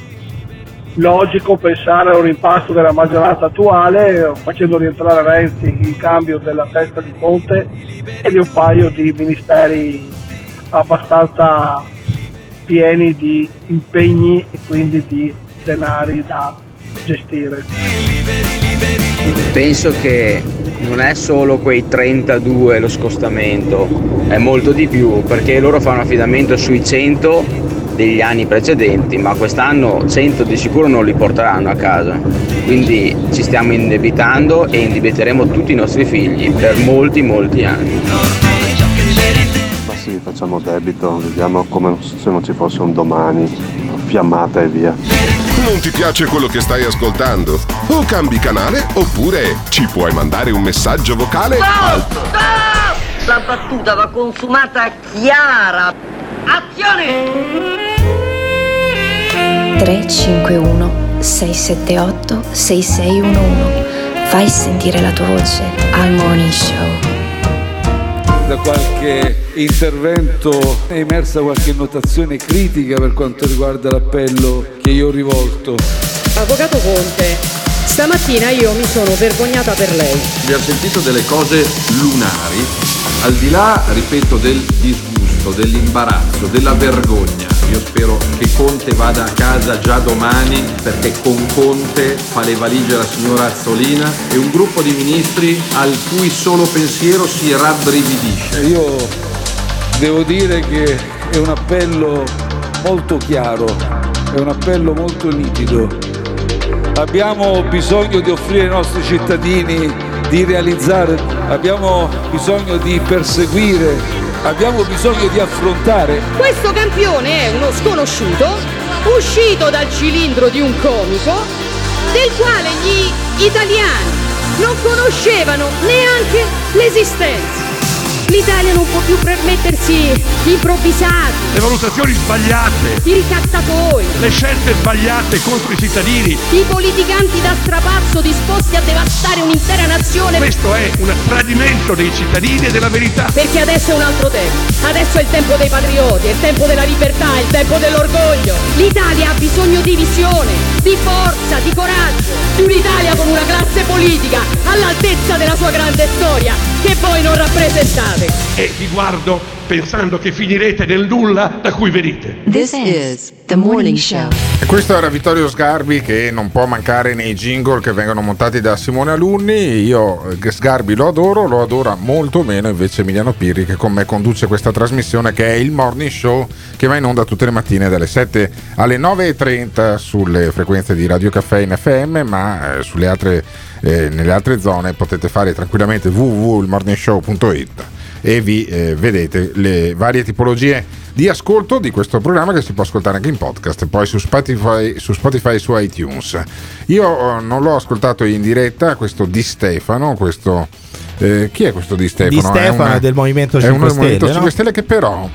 logico pensare a un impasto della maggioranza attuale, facendo rientrare Renzi in cambio della testa di Conte e di un paio di ministeri abbastanza pieni di impegni e quindi di denari da gestire. Penso che non è solo quei trentadue lo scostamento, è molto di più, perché loro fanno affidamento sui cento degli anni precedenti, ma quest'anno cento di sicuro non li porteranno a casa, quindi ci stiamo indebitando e indebiteremo tutti i nostri figli per molti molti anni. Ma sì, facciamo debito, vediamo come se non ci fosse un domani, fiammata e via. Non ti piace quello che stai ascoltando? O cambi canale oppure ci puoi mandare un messaggio vocale al... La battuta va consumata chiara. Azione! tre cinque uno sei sette otto sei sei uno uno. Fai sentire la tua voce al Morning Show. Da qualche intervento è emersa qualche notazione critica per quanto riguarda l'appello che io ho rivolto. Avvocato Conte, stamattina io mi sono vergognata per lei. Abbiamo sentito delle cose lunari, al di là, ripeto, del disgusto, dell'imbarazzo, della vergogna. Io spero che Conte vada a casa già domani, perché con Conte fa le valigie la signora Azzolina e un gruppo di ministri al cui solo pensiero si rabbrividisce. Io devo dire che è un appello molto chiaro, è un appello molto nitido. Abbiamo bisogno di offrire ai nostri cittadini di realizzare, abbiamo bisogno di perseguire, abbiamo bisogno di affrontare. Questo campione è uno sconosciuto, uscito dal cilindro di un comico, del quale gli italiani non conoscevano neanche l'esistenza. L'Italia non può più permettersi gli improvvisati, le valutazioni sbagliate, i ricattatori, le scelte sbagliate contro i cittadini, i politicanti da strapazzo disposti a devastare un'intera nazione. Questo è un tradimento dei cittadini e della verità. Perché adesso è un altro tempo. Adesso è il tempo dei patrioti, è il tempo della libertà, è il tempo dell'orgoglio. L'Italia ha bisogno di visione, di forza, di coraggio, di un'Italia con una classe politica all'altezza della sua grande storia, che voi non rappresentate. E vi guardo pensando che finirete nel nulla da cui venite. This is the Morning Show. E questo era Vittorio Sgarbi, che non può mancare nei jingle che vengono montati da Simone Alunni. Io Sgarbi lo adoro, lo adora molto meno invece Emiliano Pirri, che con me conduce questa trasmissione, che è il Morning Show, che va in onda tutte le mattine dalle sette alle nove e trenta sulle frequenze di Radio Caffè in F M, ma eh, sulle altre, eh, nelle altre zone potete fare tranquillamente w w w punto il morning show punto i t e vi eh, vedete le varie tipologie di ascolto di questo programma, che si può ascoltare anche in podcast, poi su Spotify, su Spotify e su iTunes. Io non l'ho ascoltato in diretta, questo Di Stefano, questo eh, chi è questo Di Stefano? Di Stefano è, una, è del Movimento cinque Stelle, è uno del Movimento no? cinque Stelle, che però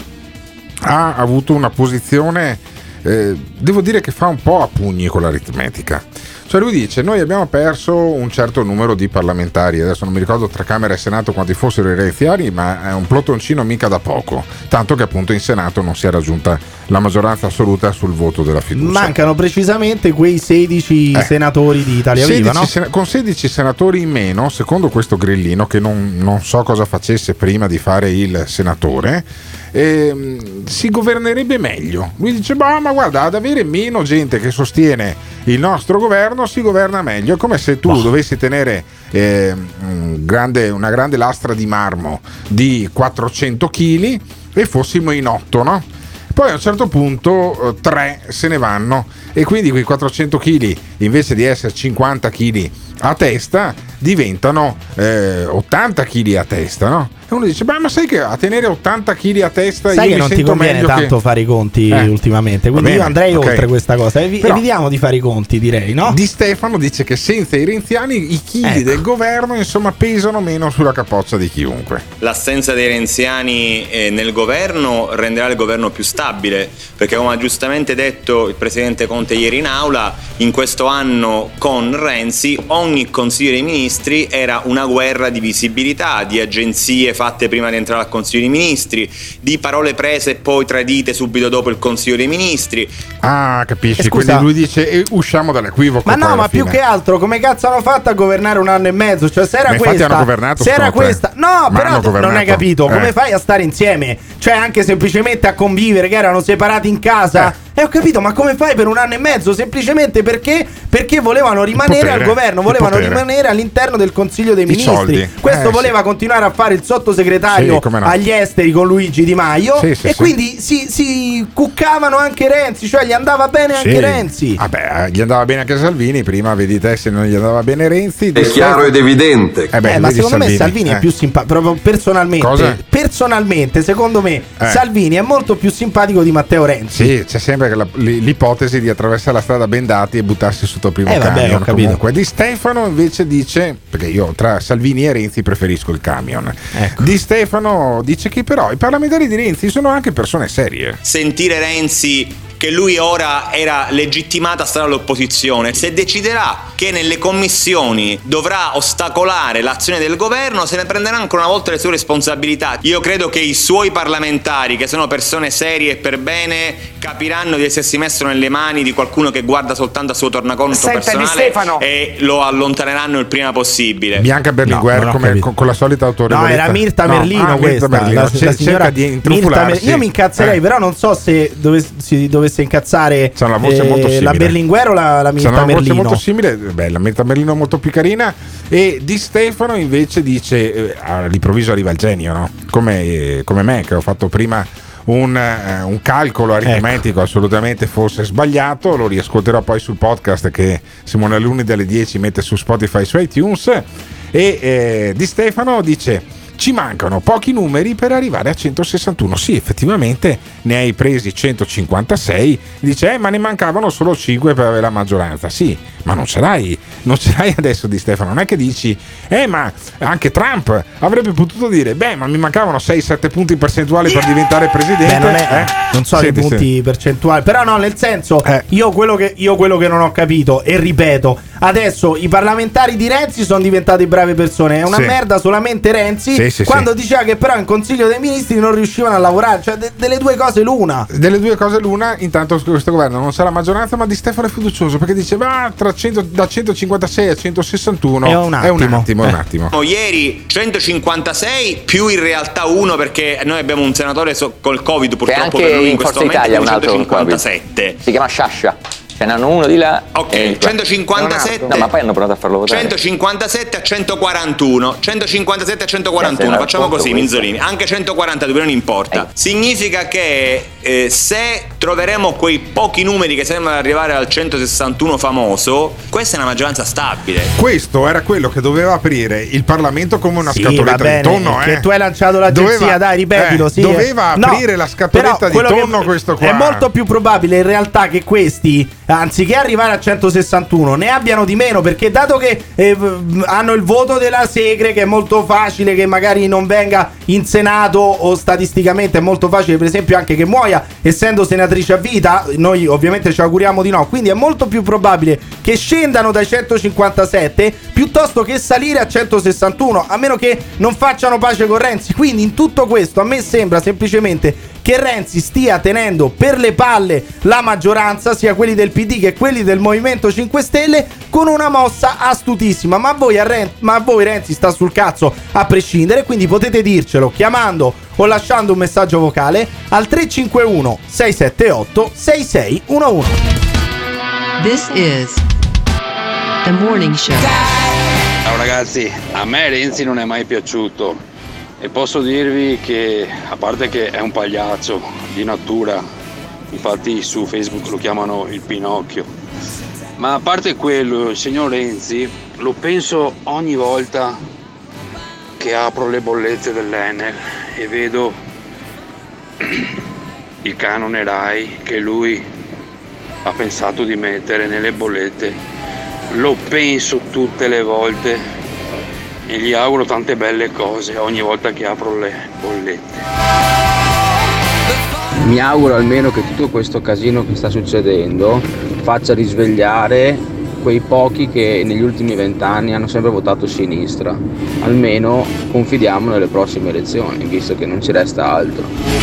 ha avuto una posizione, eh, devo dire che fa un po' a pugni con l'aritmetica. Cioè lui dice: noi abbiamo perso un certo numero di parlamentari, adesso non mi ricordo tra Camera e Senato quanti fossero i renziani, ma è un plotoncino mica da poco, tanto che appunto in Senato non si è raggiunta la maggioranza assoluta sul voto della fiducia. Mancano precisamente quei sedici eh. senatori di Italia Viva, no? Sen- con sedici senatori in meno, secondo questo grillino, che non, non so cosa facesse prima di fare il senatore, eh, si governerebbe meglio. Lui dice: bah, ma guarda, ad avere meno gente che sostiene il nostro governo si governa meglio. È come se tu oh. dovessi tenere eh, un grande, una grande lastra di marmo di quattrocento chili e fossimo in otto, no? Poi a un certo punto eh, tre se ne vanno, e quindi quei quattrocento chili, invece di essere cinquanta chili a testa, diventano eh, ottanta chili a testa, no? E uno dice: beh, ma sai che a tenere ottanta chili a testa sai io che mi non sento ti conviene tanto che... fare i conti eh. ultimamente, quindi io andrei okay. oltre questa cosa. Evi- Però, evitiamo di fare i conti, direi, no? Di Stefano dice che senza i renziani i chili ecco. del governo, insomma, pesano meno sulla capoccia di chiunque. L'assenza dei renziani eh, nel governo renderà il governo più stabile, perché come ha giustamente detto il presidente Conte ieri in aula, in questo anno con Renzi ogni consigliere dei ministri Ministri era una guerra di visibilità, di agenzie fatte prima di entrare al Consiglio dei Ministri, di parole prese e poi tradite subito dopo il Consiglio dei Ministri. Ah, capisci, Eh, quindi scusa. lui dice eh, usciamo dall'equivoco. Ma poi no, alla ma più fine. che altro, come cazzo hanno fatto a governare un anno e mezzo? Cioè, se era Ma infatti questa, hanno governato, se era sono tre. questa, no, Ma però hanno tu non hai governato. capito come Eh. fai a stare insieme? Cioè, anche semplicemente a convivere, che erano separati in casa. Eh. E ho capito, ma come fai per un anno e mezzo? Semplicemente perché Perché volevano rimanere potere, al governo, il volevano potere. rimanere all'interno del Consiglio dei I Ministri. soldi. Questo Eh, voleva continuare a fare il sottosegretario Sì, come no. agli esteri con Luigi Di Maio. Sì, sì, e sì. quindi si, si cuccavano anche Renzi, cioè gli andava bene anche Sì. Renzi. Vabbè, eh, gli andava bene anche Salvini. Prima vedi te se non gli andava bene Renzi. È chiaro ed evidente. Eh beh, Eh, ma vedi secondo me Salvini eh. è più simpatico. Proprio personalmente, Cosa? personalmente, secondo me, Eh. Salvini è molto più simpatico di Matteo Renzi. Sì, c'è sempre la- l'ipotesi di attraversare la strada bendati e buttarsi sotto il primo Eh, vabbè, camion. ho capito. Comunque, Di Stefano invece dice, perché io tra Salvini e Renzi preferisco il camion. Ecco. Di Stefano dice che però i parlamentari di Renzi sono anche persone serie. Sentire Renzi che lui ora era legittimato a stare all'opposizione, se deciderà che nelle commissioni dovrà ostacolare l'azione del governo, se ne prenderà ancora una volta le sue responsabilità. Io credo che i suoi parlamentari, che sono persone serie e per bene, capiranno di essersi messo nelle mani di qualcuno che guarda soltanto al suo tornaconto Senta, Di personale Stefano. e lo allontaneranno il prima possibile. Bianca Berlinguer No, non ho come- capito. con, con la solita autorevolezza. No, era Mirta No, Merlino ah, Mirta questa. Merlino. La, C- la signora cerca di Mirta intrufolarsi. Mer- Io mi incazzerei, Eh. però non so se dove, si dovesse incazzare C'ha una voce molto simile. la Berlinguer o la, la Mirta C'è una voce Merlino. molto simile, beh, la Mirta Merlino è molto più carina. E Di Stefano invece dice, eh, all'improvviso arriva il genio, no? Come, eh, come me che ho fatto prima un, eh, un calcolo aritmetico assolutamente forse sbagliato. Lo riascolterò poi sul podcast che Simone Alunni dalle dieci mette su Spotify, su iTunes. E eh, Di Stefano dice: ci mancano pochi numeri per arrivare a centosessantuno. Sì, effettivamente ne hai presi centocinquantasei. Dice, eh, ma ne mancavano solo cinque per avere la maggioranza. Sì, ma non ce l'hai, non ce l'hai adesso Di Stefano. Non è che dici, eh, ma anche Trump avrebbe potuto dire, beh, ma mi mancavano sei sette punti percentuali per diventare presidente. Beh, non, è, eh? non so Senti, i punti senti. percentuali, però no, nel senso, Eh. io, quello che, io quello che non ho capito, e ripeto, adesso i parlamentari di Renzi sono diventati brave persone, è una Sì. merda solamente Renzi, Sì, sì, quando sì. diceva che però in Consiglio dei Ministri non riuscivano a lavorare, cioè de- delle due cose l'una. Delle due cose l'una, intanto questo governo non sarà maggioranza, ma Di Stefano è fiducioso perché dice, ma tra cento, da centocinquantasei a centosessantuno È un è un attimo. attimo, è un Eh. attimo. No, ieri centocinquantasei più in realtà uno, perché noi abbiamo un senatore so- col Covid purtroppo anche per lui in in questo Forza momento, Italia un altro con centocinquantasette. Si chiama Sciascia. Ce n'hanno uno di là. Ok, e il- centocinquantasette. No, ma poi hanno provato a farlo votare. centocinquantasette a centoquarantuno, centocinquantasette a Eh, centoquarantuno, se facciamo racconto così, questo. Minzolini, anche centoquarantadue non importa. Significa che eh, se troveremo quei pochi numeri che sembrano arrivare al centosessantuno famoso, questa è una maggioranza stabile. Questo era quello che doveva aprire il Parlamento come una Sì, scatoletta va bene, di tonno. che eh. tu hai lanciato l'agenzia, Doveva- dai, ripetilo, eh, sì. Doveva No, aprire la scatoletta però di quello che- tonno questo qua. È molto più probabile in realtà che questi, anziché arrivare a centosessantuno, ne abbiano di meno, perché dato che eh, v- hanno il voto della Segre, che è molto facile che magari non venga in Senato, o statisticamente è molto facile per esempio anche che muoia essendo senatrice a vita, noi ovviamente ci auguriamo di no, quindi è molto più probabile che scendano dai centocinquantasette piuttosto che salire a centosessantuno, a meno che non facciano pace con Renzi. Quindi in tutto questo a me sembra semplicemente che Renzi stia tenendo per le palle la maggioranza, sia quelli del P D che quelli del Movimento cinque Stelle, con una mossa astutissima. Ma a voi, a Ren- ma a voi Renzi sta sul cazzo a prescindere, quindi potete dircelo chiamando o lasciando un messaggio vocale al tre cinque uno sei sette otto sei sei uno uno. This is The Morning Show. Ciao ragazzi, a me Renzi non è mai piaciuto e posso dirvi che, a parte che è un pagliaccio di natura, infatti su Facebook lo chiamano il Pinocchio, ma a parte quello, il signor Renzi lo penso ogni volta che apro le bollette dell'Enel e vedo il canone Rai che lui ha pensato di mettere nelle bollette. Lo penso tutte le volte e gli auguro tante belle cose ogni volta che apro le bollette. Mi auguro almeno che tutto questo casino che sta succedendo faccia risvegliare quei pochi che negli ultimi vent'anni hanno sempre votato sinistra. Almeno confidiamo nelle prossime elezioni, visto che non ci resta altro.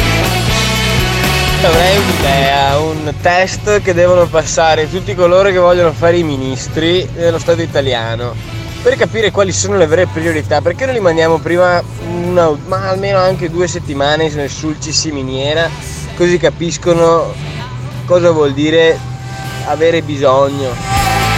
Avrei un'idea, un test che devono passare tutti coloro che vogliono fare i ministri dello Stato italiano per capire quali sono le vere priorità, perché non li mandiamo prima una, ma almeno anche due settimane nel sulcis miniera, così capiscono cosa vuol dire avere bisogno.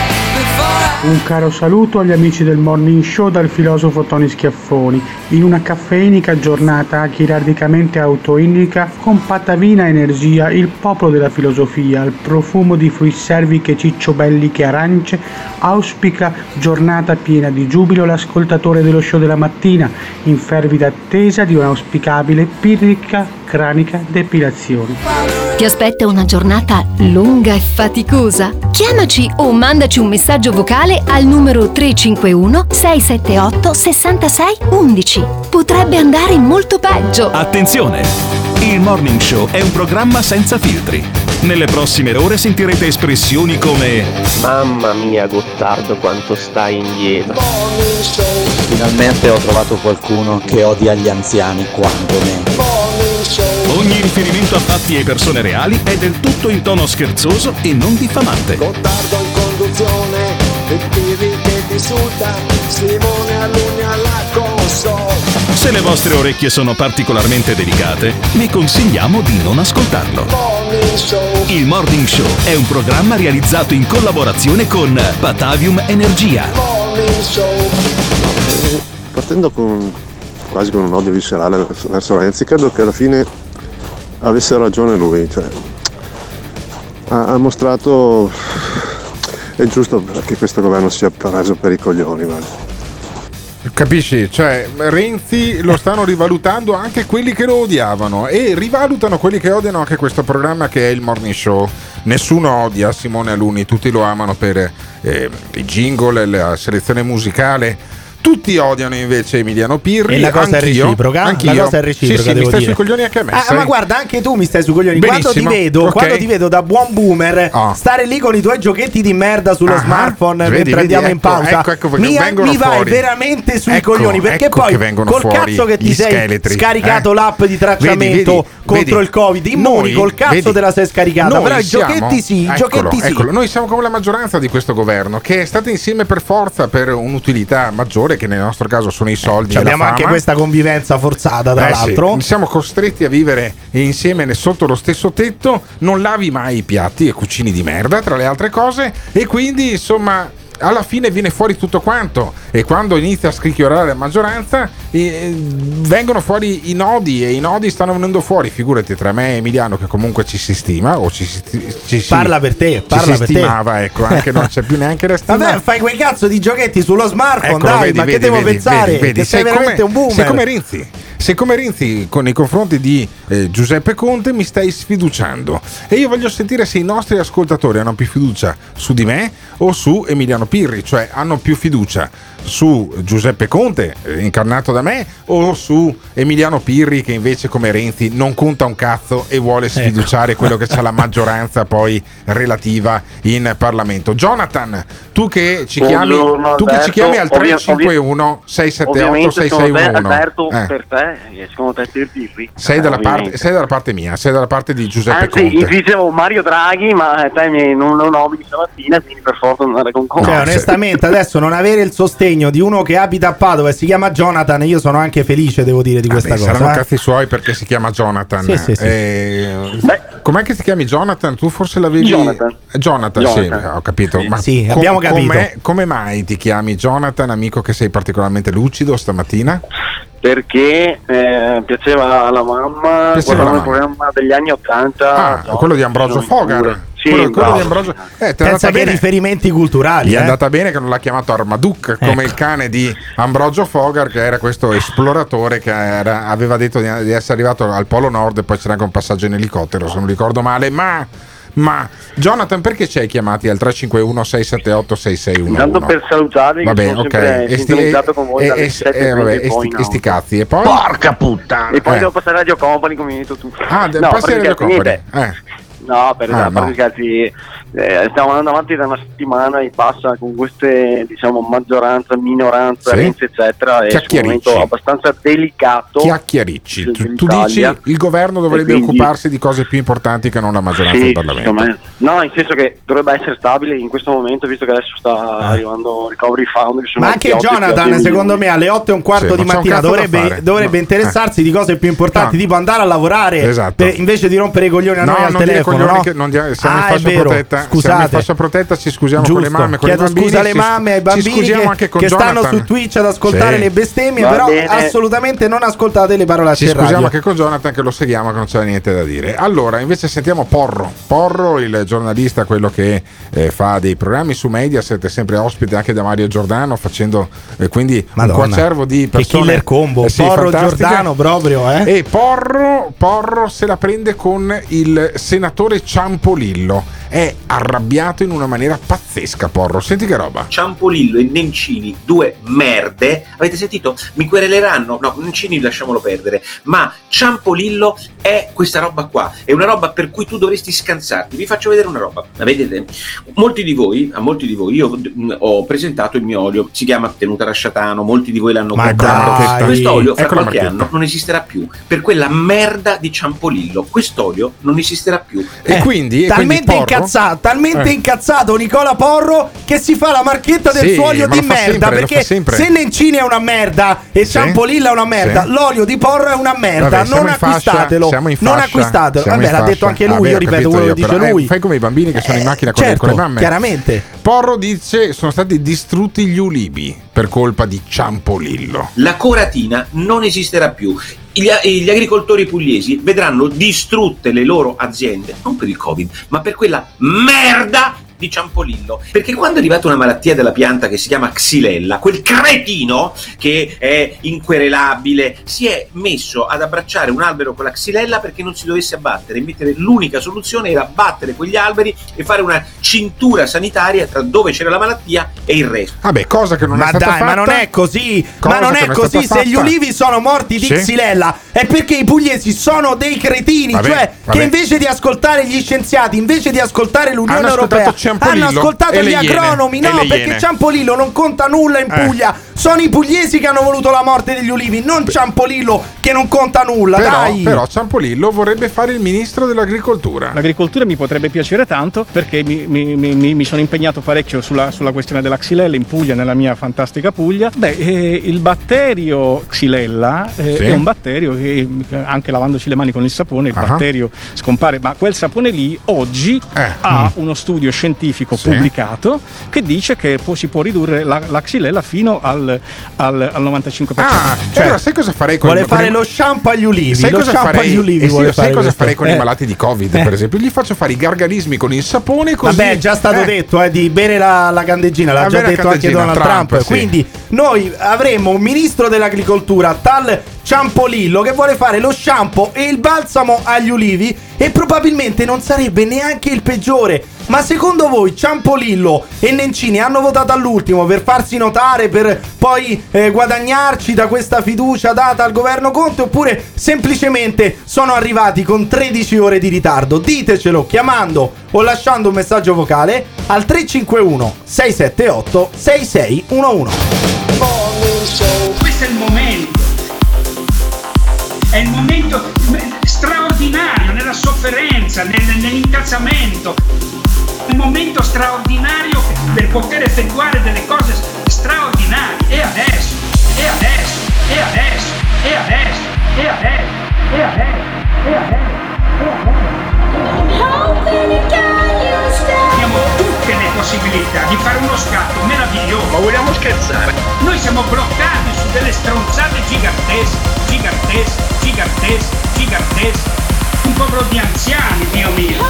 Un caro saluto agli amici del Morning Show dal filosofo Tony Schiaffoni. In una caffeinica giornata chirardicamente autoindica, con patavina energia, il popolo della filosofia, al profumo di fruitserviche cicciobelliche arance, auspica giornata piena di giubilo l'ascoltatore dello show della mattina, in fervida attesa di un'auspicabile pirrica cranica depilazione. Ti aspetta una giornata lunga e faticosa? Chiamaci o mandaci un messaggio vocale al numero tre cinque uno sei sette otto sei sei uno uno. Potrebbe andare molto peggio. Attenzione! Il Morning Show è un programma senza filtri. Nelle prossime ore sentirete espressioni come: mamma mia Gottardo quanto stai indietro. Finalmente ho trovato qualcuno che odia gli anziani quanto me. Ogni riferimento a fatti e persone reali è del tutto in tono scherzoso e non diffamante. Gottardo in conduzione, il Pirri che ti insulta, Simone Alunni alla console. Se le vostre orecchie sono particolarmente delicate, vi consigliamo di non ascoltarlo. Morning Show. Il Morning Show è un programma realizzato in collaborazione con Batavium Energia. Morning Show. Partendo con quasi con un odio viscerale verso Renzi, credo che alla fine avesse ragione lui, cioè, ha, ha mostrato, è giusto che questo governo sia preso per i coglioni, guarda. Capisci? Cioè, Renzi lo stanno rivalutando anche quelli che lo odiavano e rivalutano quelli che odiano anche questo programma che è il Morning Show. Nessuno odia Simone Alunni, tutti lo amano per eh, i jingle, la selezione musicale. Tutti odiano invece Emiliano Pirri. E la cosa anch'io, è reciproca. Anch'io. La cosa è reciproca. Sì, sì, devo mi stai dire. sui coglioni anche a me. Ah, ma guarda, anche tu mi stai sui coglioni. Quando ti, vedo, okay. quando ti vedo da buon boomer oh. stare lì con i tuoi giochetti di merda sullo ah, smartphone vedi, mentre vedi, andiamo ecco, in pausa, ecco, ecco mi, mi vai fuori. veramente sui ecco, coglioni. Perché ecco poi col cazzo che ti sei scheletri. scaricato eh? l'app di tracciamento vedi, vedi, contro vedi. il Covid, immuni, Noi, col cazzo vedi, te la sei scaricata. noi Però i siamo, giochetti sì, i eccolo, giochetti sì. Eccolo. Noi siamo come la maggioranza di questo governo, che è stata insieme per forza per un'utilità maggiore, che nel nostro caso sono i soldi. Cioè, abbiamo anche questa convivenza forzata, tra eh l'altro. Sì. Siamo costretti a vivere insieme sotto lo stesso tetto, non lavi mai i piatti e cucini di merda, tra le altre cose, e quindi insomma alla fine viene fuori tutto quanto, e quando inizia a scricchiolare la maggioranza eh, vengono fuori i nodi, e i nodi stanno venendo fuori, figurati, tra me e Emiliano, che comunque ci si stima o ci si, ci si parla per te, parla ci si per stimava, te. Ecco, anche non c'è più neanche la stima. Vabbè, fai quei cazzo di giochetti sullo smartphone, Eccolo, dai, vedi, ma vedi, che devo vedi, pensare? Vedi, vedi. Che sei, sei veramente come, un boomer. Sei come Renzi. Sei come Renzi con nei confronti di eh, Giuseppe Conte, mi stai sfiduciando, e io voglio sentire se i nostri ascoltatori hanno più fiducia su di me o su Emiliano Pirri, cioè hanno più fiducia su Giuseppe Conte, eh, incarnato da me, o su Emiliano Pirri, che invece come Renzi non conta un cazzo e vuole sfiduciare ecco. quello che c'ha la maggioranza poi relativa in Parlamento. Jonathan, tu che ci chiami, Buongiorno, tu che ci chiami al ovvio, tre cinque uno sei sette otto sei sei uno uno. Eh. Per te, secondo te per Pirri. Sei dalla, parte, sei dalla parte mia, sei dalla parte di Giuseppe Anzi, Conte. Anzi, dicevo Mario Draghi, ma te mi, non lo nomini stamattina, quindi per forza andare con Conte. Cioè, onestamente, adesso non avere il sostegno di uno che abita a Padova e si chiama Jonathan, io sono anche felice, devo dire, di questa Vabbè, cosa. Saranno eh? cazzi suoi perché si chiama Jonathan. Sì, sì, sì. Eh, com'è che si chiami Jonathan? Tu forse l'avevi. Jonathan. Jonathan, Jonathan. sì, ho capito. Sì, ma sì, com- abbiamo capito. Com'è, come mai ti chiami Jonathan, amico, che sei particolarmente lucido stamattina? Perché eh, piaceva alla mamma, guardavo il programma degli anni ottanta. Ah, quello di Ambrogio Fogar. Sì, quello, quello di Ambrogio. Eh, Pensa che bene. riferimenti culturali. Gli è eh? andata bene che non l'ha chiamato Armaduc, ecco. come il cane di Ambrogio Fogar, che era questo esploratore che era, aveva detto di, di essere arrivato al Polo Nord, e poi c'era anche un passaggio in elicottero, se non ricordo male. Ma Ma Jonathan, perché ci hai chiamati al tre cinque uno sei sette otto sei sei uno uno? Intanto per salutarvi, vabbè, che sono ok, sempre e sti, sintonizzato con voi e, dalle e, sette eh, vabbè, e, poi sti, no. e sti cazzi, e poi? Porca puttana! E poi eh. devo passare a Radio Company, come hai detto tu. Ah, de- no, passi a Radio Company. niente, Eh. No, per Ah, esempio, no. ragazzi, eh, stiamo andando avanti da una settimana e passa con queste, diciamo, maggioranza, minoranza, Sì. Renzi, eccetera. È un Chiacchiericci. momento abbastanza delicato. Chiacchiericci. Tu, tu dici dell'Italia. il governo dovrebbe E quindi- occuparsi di cose più importanti che non la maggioranza Sì, del Parlamento. secondo me. No, in senso che dovrebbe essere stabile in questo momento, visto che adesso sta arrivando Recovery Fund. che sono Ma anche altri otto, Jonathan, otto secondo milioni. me, alle otto e un quarto Sì, di ma c'è un mattina cazzo da dovrebbe, fare. dovrebbe No. interessarsi di cose più importanti, No. tipo andare a lavorare Esatto. per- invece di rompere i coglioni a No, noi al non dire telefono. coglioni No? che non dia- siamo in Ah, è fascia vero. protetta. Siamo in Scusate. fascia protetta, ci scusiamo con le Giusto. mamme, con i Chiedo bambini. scusa alle ci- mamme e ai ci bambini scusiamo che, anche con che stanno Jonathan. su Twitch ad ascoltare Sì. le bestemmie, Va però bene. assolutamente non ascoltate le parolacce Ci in scusiamo radio. anche con Jonathan che lo seguiamo, che non c'è niente da dire. Allora, invece sentiamo Porro. Porro, il giornalista, quello che eh, fa dei programmi su Mediaset, è sempre ospite anche da Mario Giordano, facendo eh, quindi Madonna. un coacervo di Che persone. killer combo, eh sì, Porro fantastiche. Giordano proprio, eh? E Porro, Porro se la prende con il senatore Ciampolillo. È arrabbiato in una maniera pazzesca, Porro. Senti che roba. Ciampolillo e Nencini, due merde. Avete sentito? Mi quereleranno. No, Nencini lasciamolo perdere. Ma Ciampolillo è questa roba qua. È una roba per cui tu dovresti scansarti. Vi faccio vedere una roba. La vedete? Molti di voi, a molti di voi, io mh, ho presentato il mio olio. Si chiama Tenuta Rasciatano. Molti di voi l'hanno Ma comprato. dai! Questo olio fra Ecco la qualche marchetta. anno non esisterà più. Per quella merda di Ciampolillo. Quest'olio non esisterà più. E quindi, e talmente quindi Porro- incazzato, talmente Eh. incazzato Nicola Porro che si fa la marchetta del Sì, suo olio ma di lo fa merda. sempre, lo perché fa sempre. se Nencini è una merda e Sì. Ciampolillo è una merda, Sì. l'olio di Porro è una merda. Vabbè, siamo non in fascia, acquistatelo. siamo in non fascia, acquistatelo. siamo Vabbè, in l'ha detto fascia. anche Ah, lui. beh, io ho ripeto capito quello io, che dice però, eh, lui. fai come i bambini che sono in macchina con, le, certo, con le mamme. chiaramente. Porro dice sono stati distrutti gli ulivi per colpa di Ciampolillo. La coratina non esisterà più. Gli, gli agricoltori pugliesi vedranno distrutte le loro aziende, non per il Covid, ma per quella merda di Ciampolillo. Perché quando è arrivata una malattia della pianta che si chiama Xylella, quel cretino che è inquerelabile si è messo ad abbracciare un albero con la Xylella perché non si dovesse abbattere. Invece l'unica soluzione era abbattere quegli alberi e fare una cintura sanitaria tra dove c'era la malattia e il resto. Vabbè, cosa che non Ma è stata dai, fatta. ma non è così. Cosa ma non che è non è così. stata Se gli fatta. ulivi sono morti di Sì. Xylella è perché i pugliesi sono dei cretini. Vabbè, cioè, vabbè. che invece di ascoltare gli scienziati, invece di ascoltare l'Unione Hanno ascoltato Europea, Ciampolillo hanno ascoltato e le gli Iene, agronomi. e No, le perché Iene. Ciampolillo non conta nulla in Eh. Puglia. Sono i pugliesi che hanno voluto la morte degli ulivi, non Ciampolillo che non conta nulla. Però, dai. però Ciampolillo vorrebbe fare il ministro dell'agricoltura. L'agricoltura mi potrebbe piacere tanto perché mi, mi- mi- mi sono impegnato parecchio sulla, sulla questione della Xylella in Puglia, nella mia fantastica Puglia. Beh, eh, il batterio Xylella eh, Sì. è un batterio che anche lavandoci le mani con il sapone il Ah. batterio scompare, ma quel sapone lì oggi Eh. ha uno studio scientifico Sì. pubblicato che dice che può- si può ridurre la, la Xylella fino al, al, al novantacinque per cento. Ah, Cioè, allora sai cosa farei con Vuole con fare i- lo shampoo agli ulivi. Sai lo cosa shampoo farei? agli ulivi. Eh sì, vuole sai fare cosa questo. farei con Eh. i malati di Covid, Eh. per esempio? Gli faccio fare i gargarismi con il sapone così. Vabbè, è già stato Eh. detto eh, di bere la, la candeggina, l'ha Ah, già bere la detto anche candeggina, Donald Trump. Trump, sì. Quindi noi avremo un ministro dell'agricoltura, tal Ciampolillo, che vuole fare lo shampoo e il balsamo agli ulivi e probabilmente non sarebbe neanche il peggiore. Ma secondo voi Ciampolillo e Nencini hanno votato all'ultimo per farsi notare, per poi eh, guadagnarci da questa fiducia data al governo Conte, oppure semplicemente sono arrivati con tredici ore di ritardo? Ditecelo chiamando o lasciando un messaggio vocale al tre cinque uno sei sette otto sei sei uno uno. Questo è il momento, è il momento straordinario nella sofferenza, nel, nell'incazzamento, un momento straordinario per poter effettuare delle cose straordinarie. E adesso, e adesso, e adesso, e adesso, e adesso, e adesso, e adesso, abbiamo tutte le possibilità di fare uno scatto meraviglioso. Ma vogliamo scherzare? Noi siamo bloccati su delle stronzate gigantesche, gigantesche, gigantesche, gigantesche. Un popolo di anziani, Dio mio.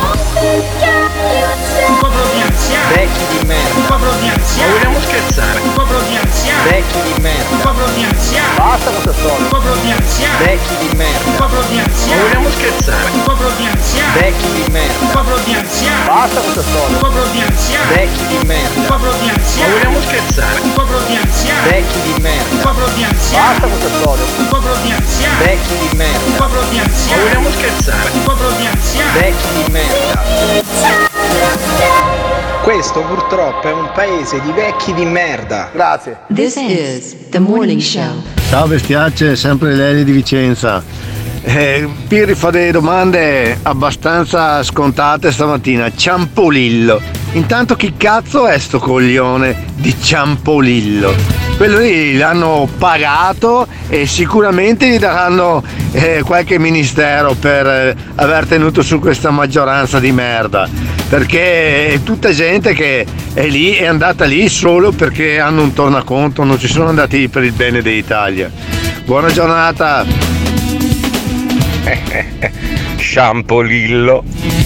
Un popolo di anziani. Vecchi di merda. Un popolo di anziani. Ma vogliamo scherzare? Un popolo di anziani. Vecchi di merda. Un popolo di anziani. Basta questa storia. Un popolo di anziani. Vecchi di merda. Un popolo di anziani. Ma vogliamo scherzare? Un popolo di anziani. Vecchi di merda. Un popolo di anziani. Basta questa storia. Un popolo di anziani. Vecchi di merda. Un popolo di anziani. Ma vogliamo scherzare? Un popolo di anziani. Vecchi di merda. Un popolo di anziani. Basta questa storia. Un popolo di anziani. Vecchi di merda. Un popolo di Ma anziani. vogliamo scherzare? Un popolo di anziani. Vecchi di merda. Questo purtroppo è un paese di vecchi di merda. Grazie. This is the morning show. Ciao bestiacce, sempre Leli di Vicenza. Eh, Pirri fa delle domande abbastanza scontate stamattina. Ciampolillo. Intanto chi cazzo è sto coglione di Ciampolillo? Quello lì l'hanno pagato e sicuramente gli daranno eh, qualche ministero per eh, aver tenuto su questa maggioranza di merda, perché è tutta gente che è lì, è andata lì solo perché hanno un tornaconto, non ci sono andati per il bene dell'Italia. Buona giornata. Ciampolillo.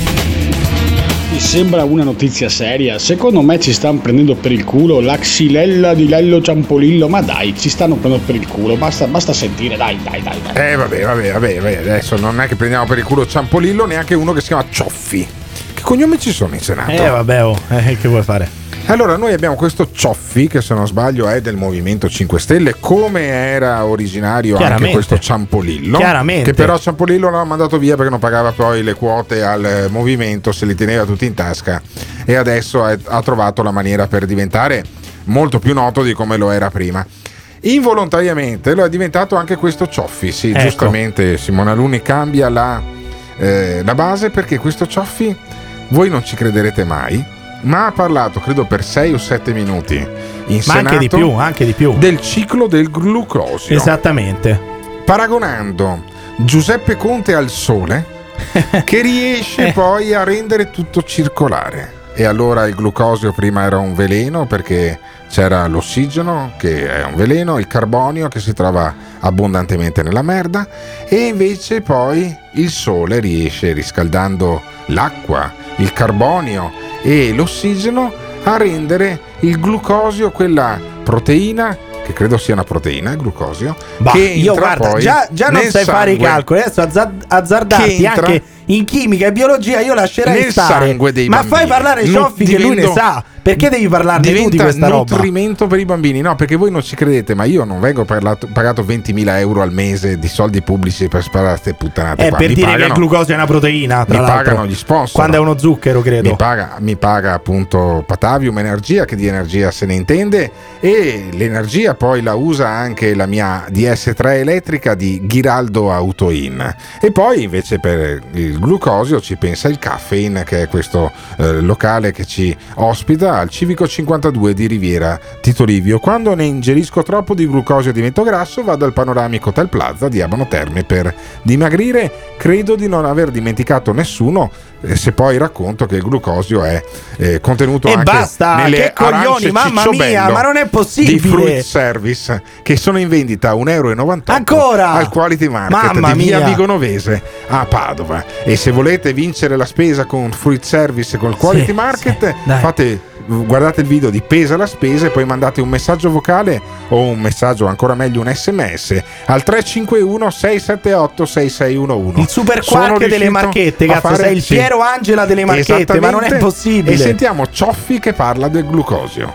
Mi sembra una notizia seria. Secondo me ci stanno prendendo per il culo la xylella di Lello Ciampolillo. Ma dai, ci stanno prendendo per il culo. Basta, basta sentire, dai, dai, dai, dai. Eh vabbè, vabbè, vabbè, vabbè, adesso non è che prendiamo per il culo Ciampolillo, neanche uno che si chiama Cioffi. Che cognomi ci sono in Senato? Eh vabbè, oh, eh, che vuoi fare? Allora, noi abbiamo questo Cioffi, che se non sbaglio è del Movimento cinque Stelle, come era originario anche questo Ciampolillo. Chiaramente. Che però Ciampolillo l'hanno mandato via perché non pagava poi le quote al Movimento, se li teneva tutti in tasca, e adesso è, ha trovato la maniera per diventare molto più noto di come lo era prima. Involontariamente lo è diventato anche questo Cioffi, sì, Ecco. giustamente Simona Luni cambia la, eh, la base, perché questo Cioffi, voi non ci crederete mai, ma ha parlato credo per sei o sette minuti in Ma Senato, anche di più, anche di più. del ciclo del glucosio, Esattamente. paragonando Giuseppe Conte al sole che riesce poi a rendere tutto circolare. E allora il glucosio prima era un veleno perché c'era l'ossigeno che è un veleno, il carbonio che si trova abbondantemente nella merda, e invece poi il sole riesce, riscaldando l'acqua, il carbonio e l'ossigeno, a rendere il glucosio quella proteina, che credo sia una proteina, il glucosio, Bah, che io entra guarda, poi già, già non nel sai fare i sangue. calcoli, adesso azzard- azzardarti Che entra anche in chimica e biologia io lascerei nel stare. sangue dei Ma bambini. fai parlare Nu- Cioffi che lui ne divento- sa. Perché devi parlarne tu di diventa questa roba? nutrimento per i bambini. No, perché voi non ci credete, ma io non vengo parlato- pagato ventimila euro al mese di soldi pubblici per sparare a ste puttanate È qua. per Mi dire pagano, che il glucosio è una proteina, tra mi l'altro. pagano gli sponsor. Quando è uno zucchero, credo. Mi paga, mi paga appunto Patavium Energia, che di energia se ne intende, e l'energia poi la usa anche la mia D S tre elettrica di Ghiraldo Autoin. E poi invece per il glucosio ci pensa il Caffeine, che è questo eh, locale che ci ospita al Civico cinquantadue di Riviera Tito Livio. Quando ne ingerisco troppo di glucosio e divento grasso, vado al Panoramico Hotel Plaza di Abano Terme per dimagrire. Credo di non aver dimenticato nessuno, eh, se poi racconto che il glucosio è eh, contenuto E anche basta, nelle che coglioni, arance mamma mia, Cicciobello ma non è possibile. di Fruit Service, che sono in vendita a un euro e novantotto Ancora? al Quality Market Mamma di via mia. Vigonovese a Padova. E se volete vincere la spesa con Fruit Service e col Quality Sì, Market, sì, dai. fate guardate il video di Pesa la spesa e poi mandate un messaggio vocale o un messaggio, ancora meglio un sms, al tre cinque uno sei sette otto sei sei uno uno. Il super Sono quark delle riuscito marchette, a cazzo, fare- sei il sì. Piero Angela delle marchette, ma non è Esattamente. possibile. E sentiamo Cioffi che parla del glucosio.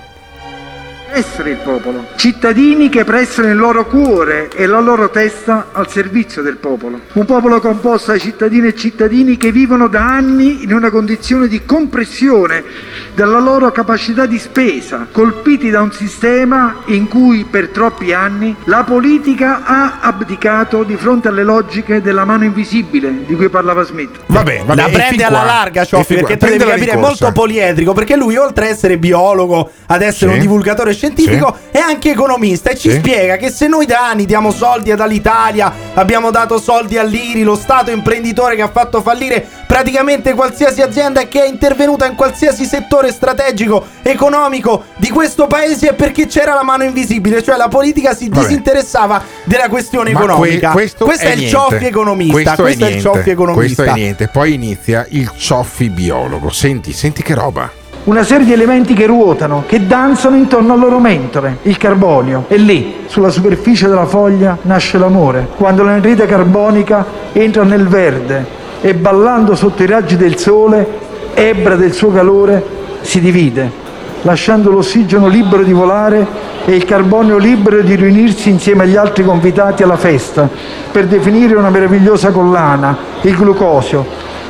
Essere il popolo, cittadini che prestano il loro cuore e la loro testa al servizio del popolo, un popolo composto da cittadine e cittadini che vivono da anni in una condizione di compressione della loro capacità di spesa, colpiti da un sistema in cui per troppi anni la politica ha abdicato di fronte alle logiche della mano invisibile di cui parlava Smith. Vabbè, vabbè, La e prende fin alla qua- larga e Cioffi, fin qua- perché tu devi prendela di capire, è corsa. molto poliedrico, perché lui oltre a essere biologo, ad essere Sì. un divulgatore scientifico, è anche economista e ci Sì. spiega che se noi da anni diamo soldi ad Alitalia, abbiamo dato soldi all'I R I, lo Stato imprenditore che ha fatto fallire praticamente qualsiasi azienda e che è intervenuta in qualsiasi settore strategico economico di questo paese, è perché c'era la mano invisibile, cioè la politica si Vabbè. disinteressava della questione Ma que- economica. questo, è, il niente. Cioffi economista, Questo, questo è, il niente. Cioffi economista. Questo è niente. Poi inizia il Cioffi biologo. Senti, senti che roba. Una serie di elementi che ruotano, che danzano intorno al loro mentore, il carbonio. E lì, sulla superficie della foglia, nasce l'amore. Quando l'anidride carbonica entra nel verde e ballando sotto i raggi del sole, ebra del suo calore, si divide, lasciando l'ossigeno libero di volare e il carbonio libero di riunirsi insieme agli altri convitati alla festa, per definire una meravigliosa collana, il glucosio,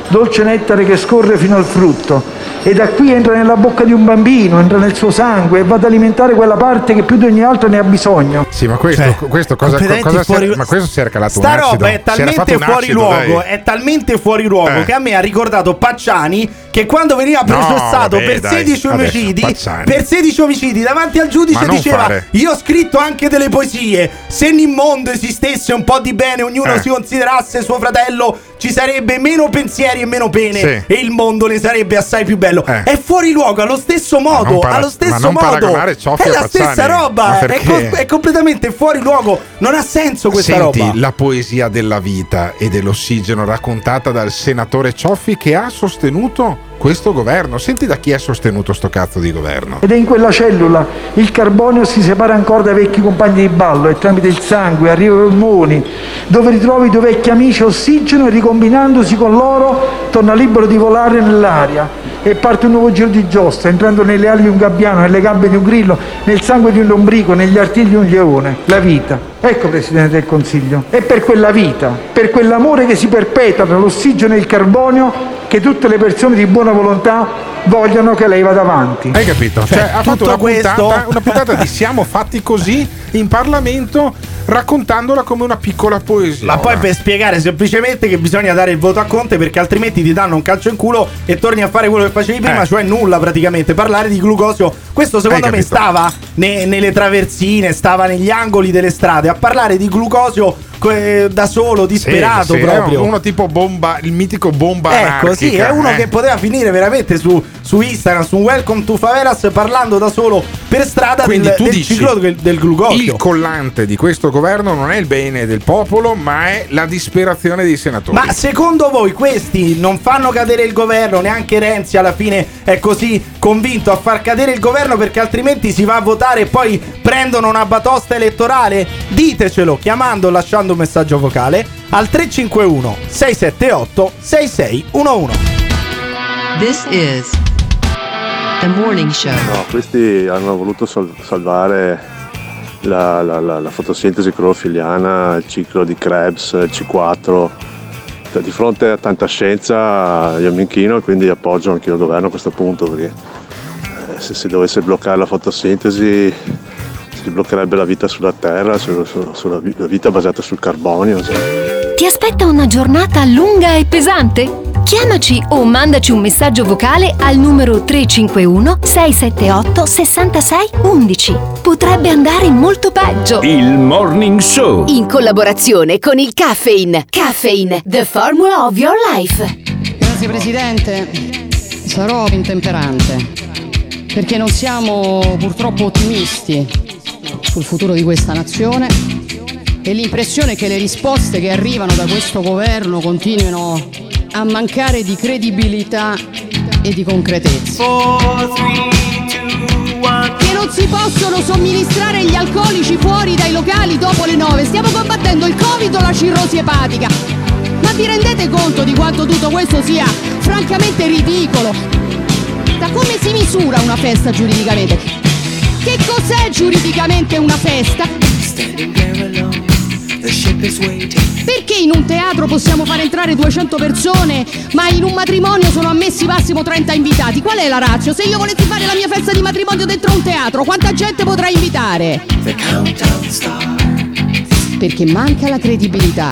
dolce nettare che scorre fino al frutto, e da qui entra nella bocca di un bambino, entra nel suo sangue e va ad alimentare quella parte che più di ogni altra ne ha bisogno. Sì, ma questo, Cioè, questo cosa, cosa fuori- si, ma questo si era calato Sta un acido. roba è Si era fatto talmente un fuori acido, luogo, dai. è talmente fuori luogo Eh. che a me ha ricordato Pacciani, che quando veniva No, processato vabbè, per dai, sedici adesso, omicidi, Pacciani. per sedici omicidi davanti al Ma giudice non diceva: fare. io ho scritto anche delle poesie, se nel mondo esistesse un po' di bene, ognuno Eh. si considerasse suo fratello, ci sarebbe meno pensieri e meno pene, Sì. e il mondo ne sarebbe assai più bello. Eh. È fuori luogo allo stesso modo, non para- allo stesso ma non modo. paragonare Cioffi È a la stessa Pacciani. Ma roba, è, perché? co- è completamente fuori luogo, non ha senso questa Senti roba. la poesia della vita e dell'ossigeno raccontata dal senatore Cioffi, che ha sostenuto questo governo. Senti da chi ha sostenuto sto cazzo di governo. Ed è in quella cellula il carbonio si separa ancora dai vecchi compagni di ballo e tramite il sangue arriva ai polmoni, dove ritrovi i tuoi vecchi amici ossigeno, e ricombinandosi con loro torna libero di volare nell'aria e parte un nuovo giro di giostra, entrando nelle ali di un gabbiano, nelle gambe di un grillo, nel sangue di un lombrico, negli artigli di un leone. La vita. Ecco, Presidente del Consiglio, è per quella vita, per quell'amore che si perpetua tra l'ossigeno e il carbonio, che tutte le persone di buona volontà vogliono che lei vada avanti. Hai capito? Cioè, Cioè, ha fatto tutto una questo- puntata, una puntata di Siamo fatti così in Parlamento, raccontandola come una piccola poesia. Ma poi per spiegare semplicemente che bisogna dare il voto a Conte, perché altrimenti ti danno un calcio in culo e torni a fare quello che facevi prima, Eh. cioè nulla praticamente. Parlare di glucosio, questo secondo Hai me capito. stava ne- nelle traversine, stava negli angoli delle strade a parlare di glucosio eh, da solo, disperato Sì, sì, proprio. è uno tipo bomba, il mitico bomba Ecco, sì, è anarchica, uno eh. che poteva finire veramente su, su Instagram, su Welcome to Favelas, parlando da solo per strada Quindi del, tu del dici, ciclo del, del glucosio. il collante di questo governo non è il bene del popolo, ma è la disperazione dei senatori. Ma secondo voi questi non fanno cadere il governo? Neanche Renzi alla fine è così convinto a far cadere il governo, perché altrimenti si va a votare e poi prendono una batosta elettorale? Ditecelo chiamando o lasciando un messaggio vocale al tre cinque uno sei sette otto sei sei uno uno. This is The Morning Show. No, questi hanno voluto sal- salvare la, la- la- la fotosintesi clorofiliana, il ciclo di Krebs, il C quattro. Cioè, di fronte a tanta scienza io mi inchino e quindi appoggio anche il governo a questo punto, perché eh, se si dovesse bloccare la fotosintesi si bloccherebbe la vita sulla Terra, su- su- sulla vi- la vita basata sul carbonio. Cioè. Ti aspetta una giornata lunga e pesante? Chiamaci o mandaci un messaggio vocale al numero tre cinque uno sei sette otto sei sei uno uno. Potrebbe andare molto peggio. Il Morning Show. In collaborazione con il Caffeine. Caffeine, the formula of your life. Grazie Presidente, sarò intemperante perché non siamo purtroppo ottimisti sul futuro di questa nazione e l'impressione è che le risposte che arrivano da questo governo continuino a mancare di credibilità e di concretezza. Che non si possono somministrare gli alcolici fuori dai locali dopo le nove. Stiamo combattendo il Covid o la cirrosi epatica. Ma vi rendete conto di quanto tutto questo sia francamente ridicolo? Da come si misura una festa giuridicamente? Che cos'è giuridicamente una festa? Perché in un teatro possiamo far entrare duecento persone, ma in un matrimonio sono ammessi massimo trenta invitati? Qual è la ratio? Se io volessi fare la mia festa di matrimonio dentro un teatro, quanta gente potrei invitare? Perché manca la credibilità.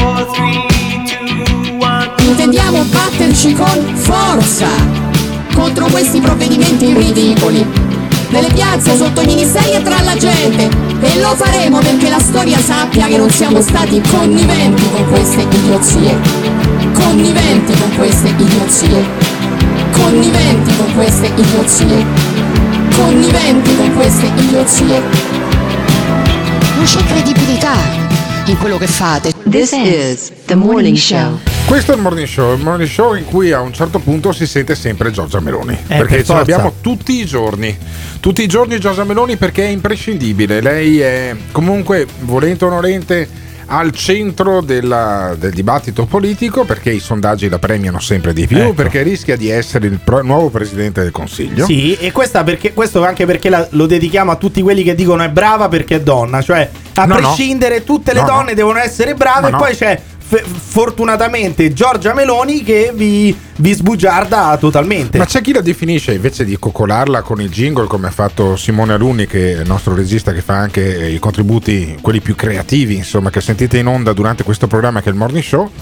Intendiamo batterci con forza contro questi provvedimenti ridicoli, nelle piazze, sotto i ministeri e tra la gente, e lo faremo perché la storia sappia che non siamo stati conniventi con queste idiozie, conniventi con queste idiozie, conniventi con queste idiozie, conniventi con queste idiozie. Non c'è credibilità in quello che fate. This is The Morning Show. Questo è il Morning Show, il Morning Show in cui a un certo punto si sente sempre Giorgia Meloni, Eh, perché per ce forza. l'abbiamo tutti i giorni, tutti i giorni Giorgia Meloni, perché è imprescindibile. Lei è comunque, volente o nolente, al centro della, del dibattito politico, perché i sondaggi la premiano sempre di più, Ecco. perché rischia di essere il pro- nuovo Presidente del Consiglio. Sì, e questa perché, questo anche perché la- lo dedichiamo a tutti quelli che dicono è brava perché è donna, cioè a No, no. prescindere tutte le No, no. donne devono essere brave, Ma e no. poi c'è f- fortunatamente Giorgia Meloni che vi, vi sbugiarda totalmente. Ma c'è chi la definisce, invece di coccolarla con il jingle come ha fatto Simone Alunni, che è il nostro regista che fa anche i contributi, quelli più creativi, insomma, che sentite in onda durante questo programma che è il Morning Show.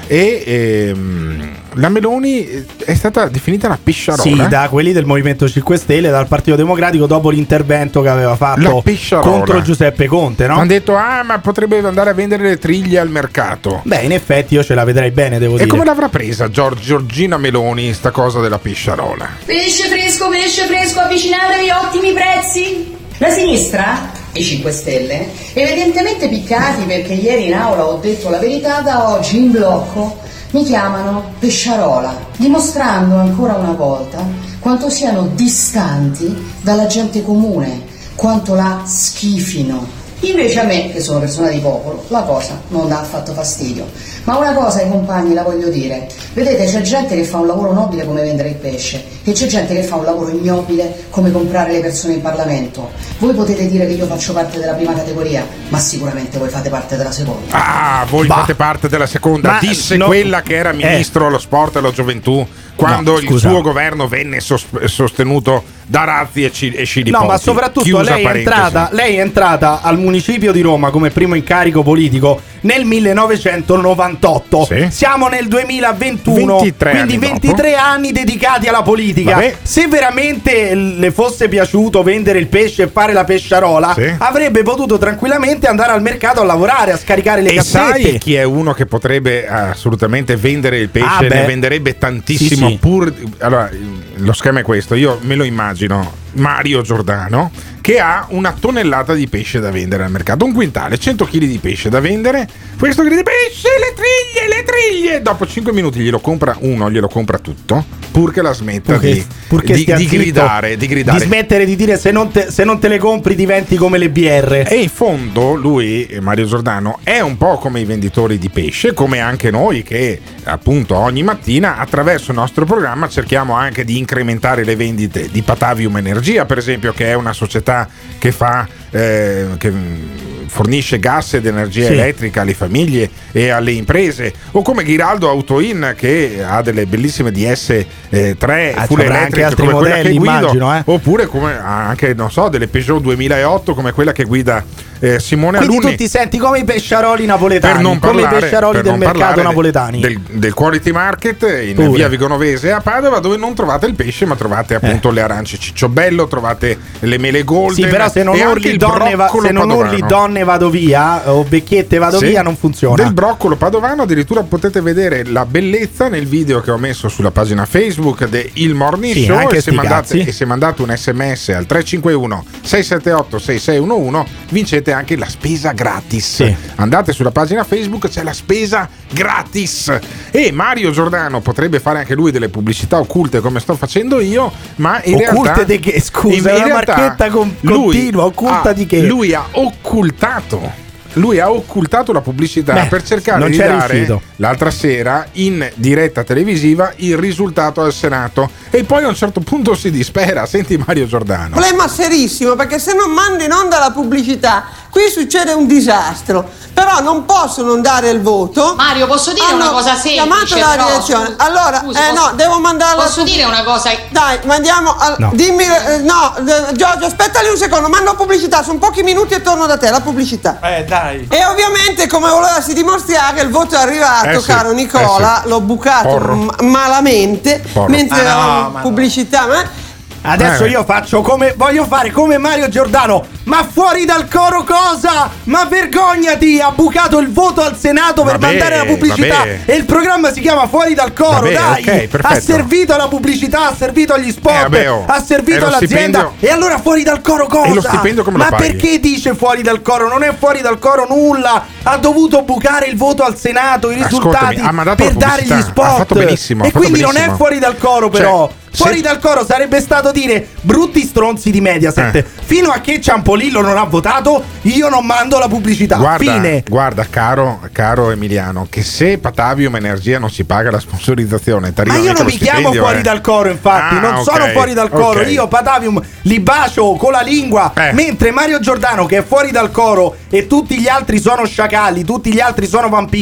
E ehm, la Meloni è stata definita una pisciarola. Sì, da quelli del Movimento cinque Stelle, dal Partito Democratico, dopo l'intervento che aveva fatto contro Giuseppe Conte, no? Hanno detto, ah, ma potrebbe andare a vendere le triglie al mercato. Beh, in effetti io ce la vedrei bene, devo e dire. E come l'avrà presa Gior- Giorgina Meloni sta cosa della pisciarola? Pesce fresco, pesce fresco, avvicinatevi, ottimi prezzi. La sinistra, i cinque Stelle, evidentemente piccati perché ieri in aula ho detto la verità, da oggi in blocco mi chiamano pesciarola, dimostrando ancora una volta quanto siano distanti dalla gente comune, quanto la schifino. Invece a me, che sono persona di popolo, la cosa non dà affatto fastidio. Ma una cosa ai compagni la voglio dire: vedete, c'è gente che fa un lavoro nobile come vendere il pesce e c'è gente che fa un lavoro ignobile come comprare le persone in Parlamento. Voi potete dire che io faccio parte della prima categoria, ma sicuramente voi fate parte della seconda. Ah, voi bah. fate parte della seconda. Ma disse no. quella che era ministro eh. allo sport e alla gioventù quando no, il suo governo venne sos- sostenuto da Razzi e, C- e Scilipoti. No, ma soprattutto Chiusa lei è, entrata, lei è entrata al municipio di Roma come primo incarico politico nel millenovecentonovantotto. Sì. Siamo nel duemilaventuno, ventitré quindi anni ventitré dopo. Anni dedicati alla politica. Vabbè. Se veramente le fosse piaciuto vendere il pesce e fare la pesciarola, sì. avrebbe potuto tranquillamente andare al mercato a lavorare, a scaricare le e cassette. Sai chi è uno che potrebbe assolutamente vendere il pesce? Ah, ne venderebbe tantissimo. Sì, sì. Pur allora, lo schema è questo, io me lo immagino Mario Giordano che ha una tonnellata di pesce da vendere al mercato, un quintale, cento chili di pesce da vendere. Questo grida pesce, le triglie, le triglie. Dopo cinque minuti glielo compra uno, glielo compra tutto, purché la smetta purché, di, purché di, di gridare, di gridare, di smettere di dire se non, te, se non te le compri diventi come le B R. E in fondo lui, Mario Giordano, è un po' come i venditori di pesce, come anche noi che appunto ogni mattina attraverso il nostro programma cerchiamo anche di incrementare le vendite di Patavium Energia, per esempio, che è una società che fa eh, che fornisce gas ed energia sì. elettrica alle famiglie e alle imprese, o come Ghiraldo Autoin che ha delle bellissime D S tre ah, full electric altri come modelli, quella che guido, immagino, eh. oppure come anche non so delle Peugeot duemilaotto come quella che guida eh, Simone Quindi Alunni. tu ti senti come i pesciaroli napoletani, per non come parlare, i pesciaroli del mercato napoletani del, del Quality Market in Pure. via Vigonovese a Padova, dove non trovate il pesce ma trovate appunto eh. le arance Cicciobello, trovate le mele golden. Sì, però se non urli donne, va, se non urli donne vado via o vecchiette vado sì. via non funziona. Del broccolo padovano addirittura potete vedere la bellezza nel video che ho messo sulla pagina Facebook del Il Morning sì, Show, e se, mandate, e se mandate un sms al tre cinque uno sei sette otto sei sei uno uno vincete anche la spesa gratis. Sì. Andate sulla pagina Facebook, c'è la spesa gratis. E Mario Giordano potrebbe fare anche lui delle pubblicità occulte come sto facendo io, ma in occulte realtà di che? Scusa, è una marchetta con, continua, occulta ha, di che? Lui ha occultato Lui ha occultato la pubblicità Beh, per cercare non di c'è dare riuscito. l'altra sera in diretta televisiva il risultato al Senato, e poi a un certo punto si dispera. Senti Mario Giordano. Problema serissimo, perché se non mando in onda la pubblicità qui succede un disastro. Però non posso non dare il voto. Mario, posso dire Hanno una cosa semplice? chiamato la però, direzione. scusi, allora, scusi, eh posso, no, devo mandarla. Posso dire una cosa? Dai, mandiamo. Al, no. Dimmi. Eh, no, eh, Giorgio, aspettali un secondo, mando pubblicità, sono pochi minuti e torno da te. La pubblicità. Eh, dai. E ovviamente, come volevasi dimostrare, il voto è arrivato, eh sì, caro Nicola. Eh sì. L'ho bucato m- malamente. Porro. Mentre ah, no, la pubblicità. Ma... Adesso eh. io faccio come voglio fare come Mario Giordano. Ma fuori dal coro cosa? Ma vergognati, ha bucato il voto al Senato per Vabbè, mandare la pubblicità vabbè. E il programma si chiama Fuori dal coro. Vabbè, dai, okay, ha servito alla pubblicità, ha servito agli spot, eh, vabbè, oh. ha servito all'azienda stipendio... E allora fuori dal coro cosa? E lo stipendio come lo Ma paghi? perché dice fuori dal coro? Non è fuori dal coro nulla. Ha dovuto bucare il voto al Senato, i risultati per dare gli spot. Ha fatto benissimo, e quindi benissimo. Non è fuori dal coro però, cioè, fuori se... dal coro sarebbe stato dire brutti stronzi di Mediaset. Eh. Fino a che Ciampolillo non ha votato, io non mando la pubblicità. Guarda, Fine. guarda caro, caro Emiliano, che se Patavium Energia non si paga la sponsorizzazione, ma io non mi chiamo fuori eh. dal coro, infatti, ah, non okay, sono fuori dal coro. Okay. Io Patavium li bacio con la lingua, eh. mentre Mario Giordano, che è fuori dal coro, e tutti gli altri sono sciacalli, tutti gli altri sono vampiri,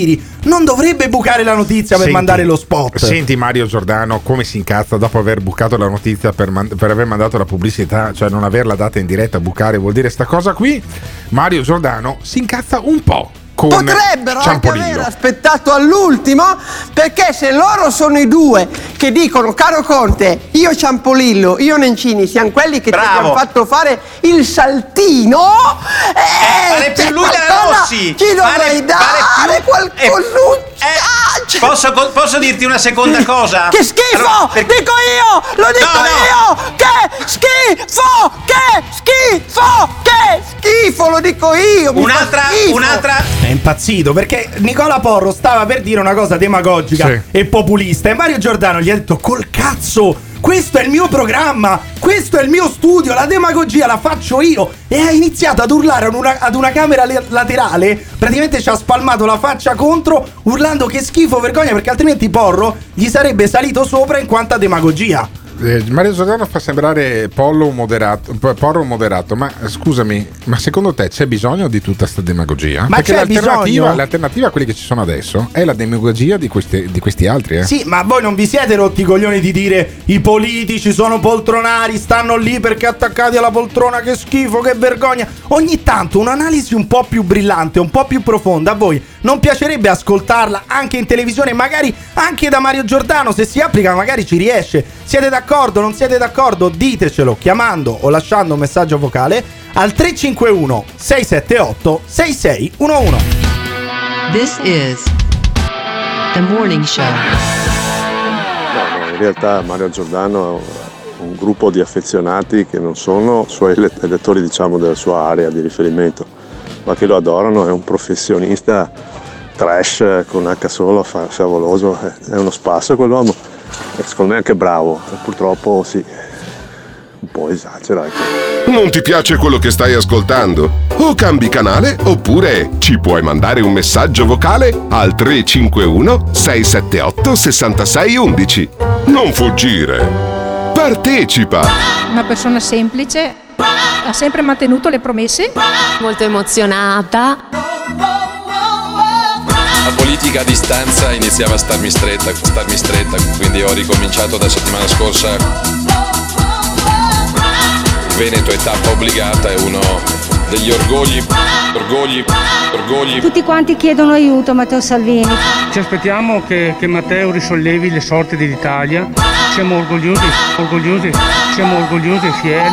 non dovrebbe bucare la notizia per Senti, mandare lo spot. Senti Mario Giordano come si incazza dopo aver bucato la notizia per, man- per aver mandato la pubblicità, cioè non averla data in diretta. Bucare vuol dire sta cosa qui. Mario Giordano si incazza un po' con potrebbero anche Ciampolillo. aver aspettato all'ultimo, perché se loro sono i due che dicono caro Conte, io Ciampolillo, io Nencini siamo quelli che Bravo. ti hanno fatto fare il saltino, eh, vale più lui della qualcosa Rossi. ci dovrei Vale- dare vale più- qualcosa. Eh, posso, posso dirti una seconda cosa? Che schifo! Allora, perché- Dico io! Lo dico No, no. io! Che schifo! Che schifo! Che schifo! Lo dico io! mi fa Un'altra, schifo. un'altra. È impazzito perché Nicola Porro stava per dire una cosa demagogica Sì. e populista e Mario Giordano gli ha detto col cazzo. Questo è il mio programma, questo è il mio studio, la demagogia la faccio io. E ha iniziato ad urlare ad una, ad una camera le- laterale. Praticamente ci ha spalmato la faccia contro, urlando che schifo, vergogna, perché altrimenti Porro gli sarebbe salito sopra in quanta demagogia. Eh, Mario Giordano fa sembrare Pollo un moderato, Porro un moderato, ma eh, scusami, ma secondo te c'è bisogno di tutta sta demagogia? Ma Perché c'è l'alternativa, bisogno? l'alternativa a quelli che ci sono adesso è la demagogia di questi, di questi altri. Eh? Sì, ma voi non vi siete rotti i coglioni di dire i politici sono poltronari, stanno lì perché attaccati alla poltrona, che schifo, che vergogna. Ogni tanto un'analisi un po' più brillante, un po' più profonda, a voi non piacerebbe ascoltarla anche in televisione, magari anche da Mario Giordano? Se si applica magari ci riesce. Siete d'accordo? Non siete d'accordo? Ditecelo chiamando o lasciando un messaggio vocale al tre cinque uno sei sette otto sei sei uno uno. This is The Morning Show. No, no, in realtà Mario Giordano è un gruppo di affezionati che non sono suoi elettori, diciamo, della sua area di riferimento, ma che lo adorano. È un professionista trash con H solo, fa- favoloso, è uno spasso quell'uomo, e secondo me anche bravo, e purtroppo sì, un po' esagera, ecco. Non ti piace quello che stai ascoltando? O cambi canale oppure ci puoi mandare un messaggio vocale al tre cinque uno sei sette otto sei sei uno uno. Non fuggire! Partecipa! Una persona semplice, ha sempre mantenuto le promesse. Molto emozionata. La politica a distanza iniziava a starmi stretta, starmi stretta, quindi ho ricominciato da settimana scorsa. Il Veneto è tappa obbligata, è uno degli orgogli, orgogli, orgogli. Tutti quanti chiedono aiuto a Matteo Salvini. Ci aspettiamo che, che Matteo risollevi le sorti dell'Italia. Siamo orgogliosi, orgogliosi, siamo orgogliosi e fieri.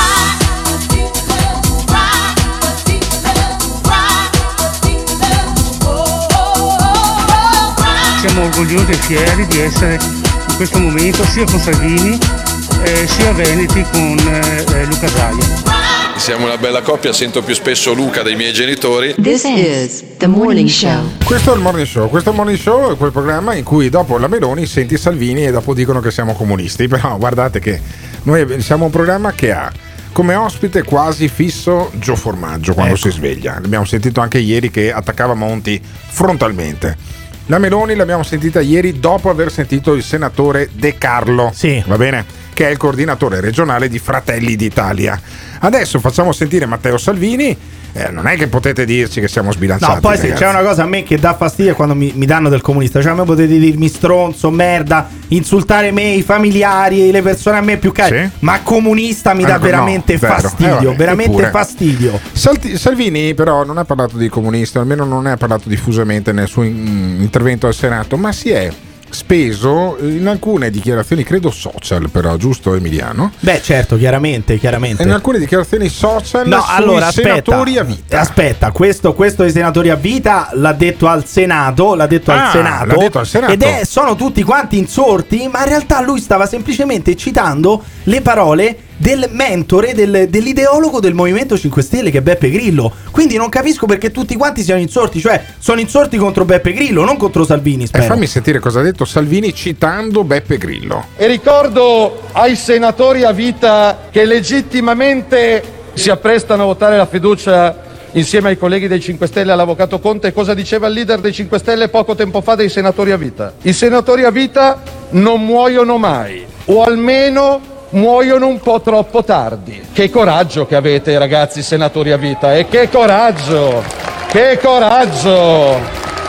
Siamo orgogliosi e fieri di essere in questo momento sia con Salvini eh, sia veneti con eh, Luca Zaia. Siamo una bella coppia, sento più spesso Luca dei miei genitori. This is The Morning Show. Questo è il Morning Show, questo è il Morning Show è quel programma in cui dopo la Meloni senti Salvini e dopo dicono che siamo comunisti, però guardate che noi siamo un programma che ha come ospite quasi fisso Gio Formaggio quando Ecco. si sveglia. L'abbiamo sentito anche ieri che attaccava Monti frontalmente. La Meloni l'abbiamo sentita ieri dopo aver sentito il senatore De Carlo, sì. va bene? Che è il coordinatore regionale di Fratelli d'Italia. Adesso facciamo sentire Matteo Salvini. Eh, non è che potete dirci che siamo sbilanciati. No, poi se ragazzi. c'è una cosa a me che dà fastidio è quando mi, mi danno del comunista. Cioè a me potete dirmi stronzo, merda, insultare me, i familiari, le persone a me più care, Sì. ma comunista mi dà Ecco, veramente no, vero. fastidio, Eh, vabbè, veramente eppure. fastidio. Salti- Salvini però non ha parlato di comunisti, almeno non ne ha parlato diffusamente nel suo in- intervento al Senato, ma si è speso in alcune dichiarazioni, credo social, però, giusto Emiliano? Beh, certo, chiaramente, chiaramente. In alcune dichiarazioni social No, sui allora aspetta, senatori a vita. aspetta, questo, questo dei senatori a vita l'ha detto al Senato, l'ha detto Ah, al Senato, l'ha detto al Senato. ed è, sono tutti quanti insorti, ma in realtà lui stava semplicemente citando le parole del mentore, del, dell'ideologo del Movimento cinque Stelle, che è Beppe Grillo. Quindi non capisco perché tutti quanti siano insorti, cioè sono insorti contro Beppe Grillo, non contro Salvini, E spero. fammi sentire cosa ha detto Salvini citando Beppe Grillo. E ricordo ai senatori a vita che legittimamente si apprestano a votare la fiducia insieme ai colleghi dei cinque Stelle, all'avvocato Conte, cosa diceva il leader dei cinque Stelle poco tempo fa dei senatori a vita. I senatori a vita non muoiono mai, o almeno muoiono un po' troppo tardi. Che coraggio che avete, ragazzi senatori a vita, e che coraggio, che coraggio!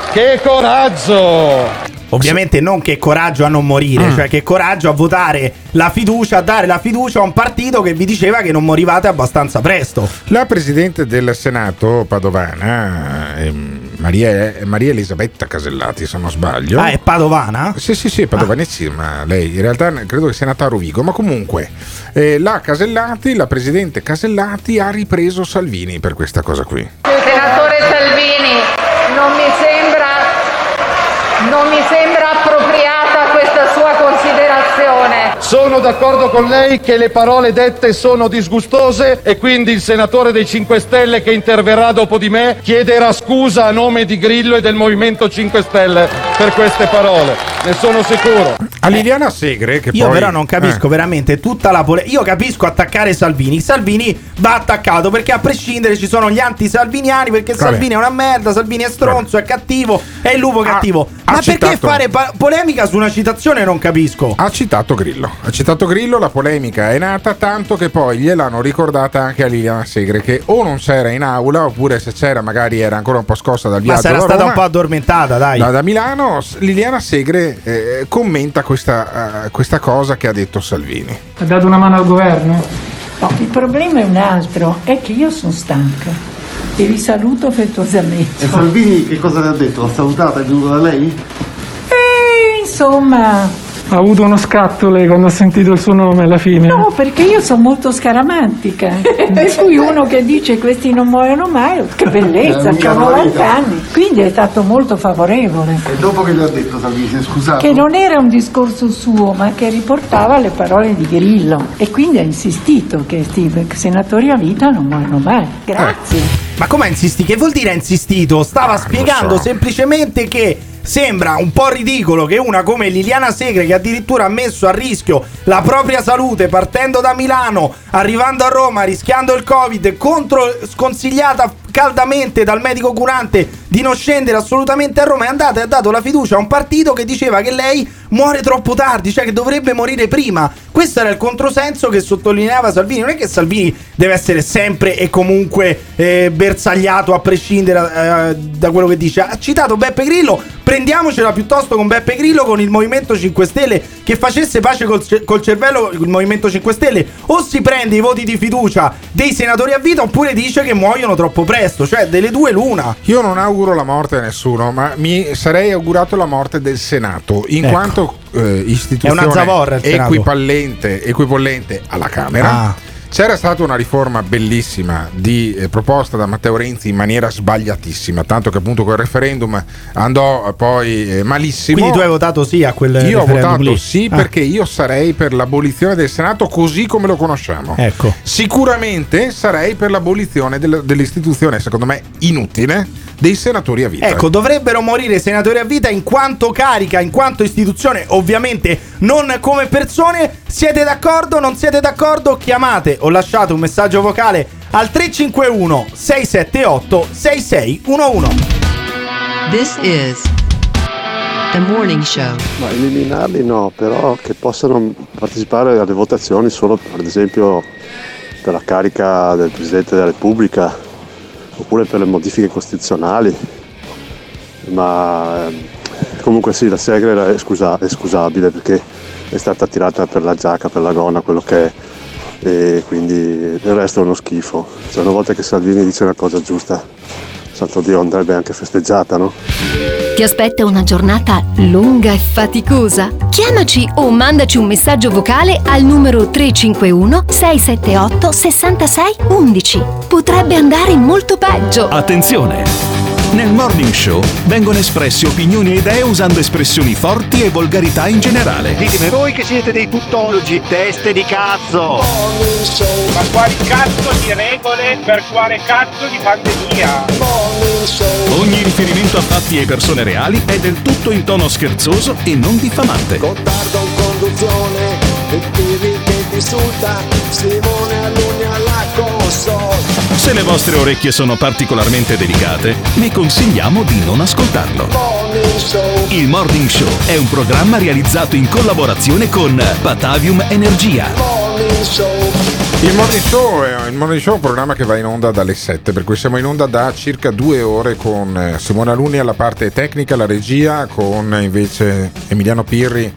Che coraggio! Ovviamente non che coraggio a non morire, mm. cioè che coraggio a votare la fiducia, a dare la fiducia a un partito che vi diceva che non morivate abbastanza presto. La Presidente del Senato padovana, eh, Maria, Maria Elisabetta Casellati, se non sbaglio. Ah, è padovana? Sì, sì, sì, è padovanissima. Ah. Lei in realtà credo che sia nata a Rovigo, ma comunque eh, la Casellati, la Presidente Casellati ha ripreso Salvini per questa cosa qui. Senatore Salvini, non mi sembra Non mi sembra appropriata questa sua considerazione. Sono d'accordo con lei che le parole dette sono disgustose e quindi il senatore dei cinque Stelle che interverrà dopo di me chiederà scusa a nome di Grillo e del Movimento cinque Stelle per queste parole. Ne sono sicuro. A Liliana Segre che Io poi... però non capisco eh. veramente tutta la polemica. Io capisco attaccare Salvini. Salvini va attaccato perché a prescindere ci sono gli anti-salviniani, perché Vabbè. Salvini è una merda, Salvini è stronzo, Vabbè. è cattivo, è il lupo cattivo. Ha, Ma ha perché citato... fare pa- polemica su una citazione non capisco. Ha citato Grillo. Ha citato Grillo, la polemica è nata tanto che poi gliel'hanno ricordata anche a Liliana Segre, che o non c'era in aula oppure se c'era magari era ancora un po' scossa dal viaggio. Ma sarà da stata Roma, un po' addormentata, dai. Da, da Milano. Liliana Segre eh, commenta questa, uh, questa cosa che ha detto Salvini. Ha dato una mano al governo? No, il problema è un altro, è che io sono stanca e vi saluto affettuosamente. E Salvini che cosa le ha detto? L'ha salutata? È venuto da lei? E insomma... Ha avuto uno scatto lei quando ha sentito il suo nome alla fine? No, perché io sono molto scaramantica. Per cui uno che dice questi non muoiono mai, che bellezza, c'ho novanta anni. Quindi è stato molto favorevole. E dopo che gli ha detto Salvini, si è scusato? Che non era un discorso suo, ma che riportava le parole di Grillo. E quindi ha insistito che i senatori a vita non muoiono mai. Grazie. Eh. Ma come ha insistito? Che vuol dire ha insistito? Stava ah, spiegando so. semplicemente che sembra un po' ridicolo che una come Liliana Segre, che addirittura ha messo a rischio la propria salute partendo da Milano, arrivando a Roma, rischiando il Covid, contro, sconsigliata caldamente dal medico curante di non scendere assolutamente a Roma, è andata e ha dato la fiducia a un partito che diceva che lei muore troppo tardi, cioè che dovrebbe morire prima. Questo era il controsenso che sottolineava Salvini. Non è che Salvini deve essere sempre e comunque eh, bersagliato a prescindere eh, da quello che dice. Ha citato Beppe Grillo, prendiamocela piuttosto con Beppe Grillo, con il Movimento cinque Stelle, che facesse pace col, col cervello il Movimento cinque Stelle. O si prende i voti di fiducia dei senatori a vita oppure dice che muoiono troppo presto, cioè delle due l'una. Io non auguro la morte a nessuno, ma mi sarei augurato la morte del Senato, in ecco. quanto eh, istituzione è una zavorra il Senato. equipollente, equipollente alla Camera. Ah. C'era stata una riforma bellissima di, eh, proposta da Matteo Renzi in maniera sbagliatissima, tanto che appunto quel referendum andò poi eh, malissimo. Quindi tu hai votato sì a quel io referendum? Io ho votato lì. sì ah. perché io sarei per l'abolizione del Senato così come lo conosciamo. Ecco. Sicuramente sarei per l'abolizione del, dell'istituzione, secondo me inutile, dei senatori a vita. Ecco, dovrebbero morire i senatori a vita in quanto carica, in quanto istituzione, ovviamente non come persone. Siete d'accordo? Non siete d'accordo? Chiamate o lasciate un messaggio vocale al tre cinque uno sei sette otto sei sei uno uno. This is The Morning Show. Ma eliminarli no, però che possano partecipare alle votazioni solo, ad esempio, per la carica del Presidente della Repubblica oppure per le modifiche costituzionali. Ma comunque sì, la Segre è, scusa, è scusabile perché è stata tirata per la giacca, per la gonna, quello che è, e quindi il resto è uno schifo. Cioè, una volta che Salvini dice una cosa giusta, santo Dio, andrebbe anche festeggiata, no? Ti aspetta una giornata lunga e faticosa? Chiamaci o mandaci un messaggio vocale al numero tre cinque uno sei sette otto sei sei uno uno. Potrebbe andare molto peggio. Attenzione! Nel Morning Show vengono espresse opinioni e idee usando espressioni forti e volgarità in generale. Ditemi voi che siete dei tuttologi, teste di cazzo! Ma quali cazzo di regole per quale cazzo di pandemia? Ogni riferimento a fatti e persone reali è del tutto in tono scherzoso e non diffamante. Gottardo in conduzione, il Pivi che ti insulta, Simone Alunni alla console. Se le vostre orecchie sono particolarmente delicate, vi consigliamo di non ascoltarlo. Il Morning Show è un programma realizzato in collaborazione con Batavium Energia. Morning Show. Il Morning Show è il Morning Show è un programma che va in onda dalle sette, per cui siamo in onda da circa due ore con Simone Alunni alla parte tecnica, la regia, con invece Emiliano Pirri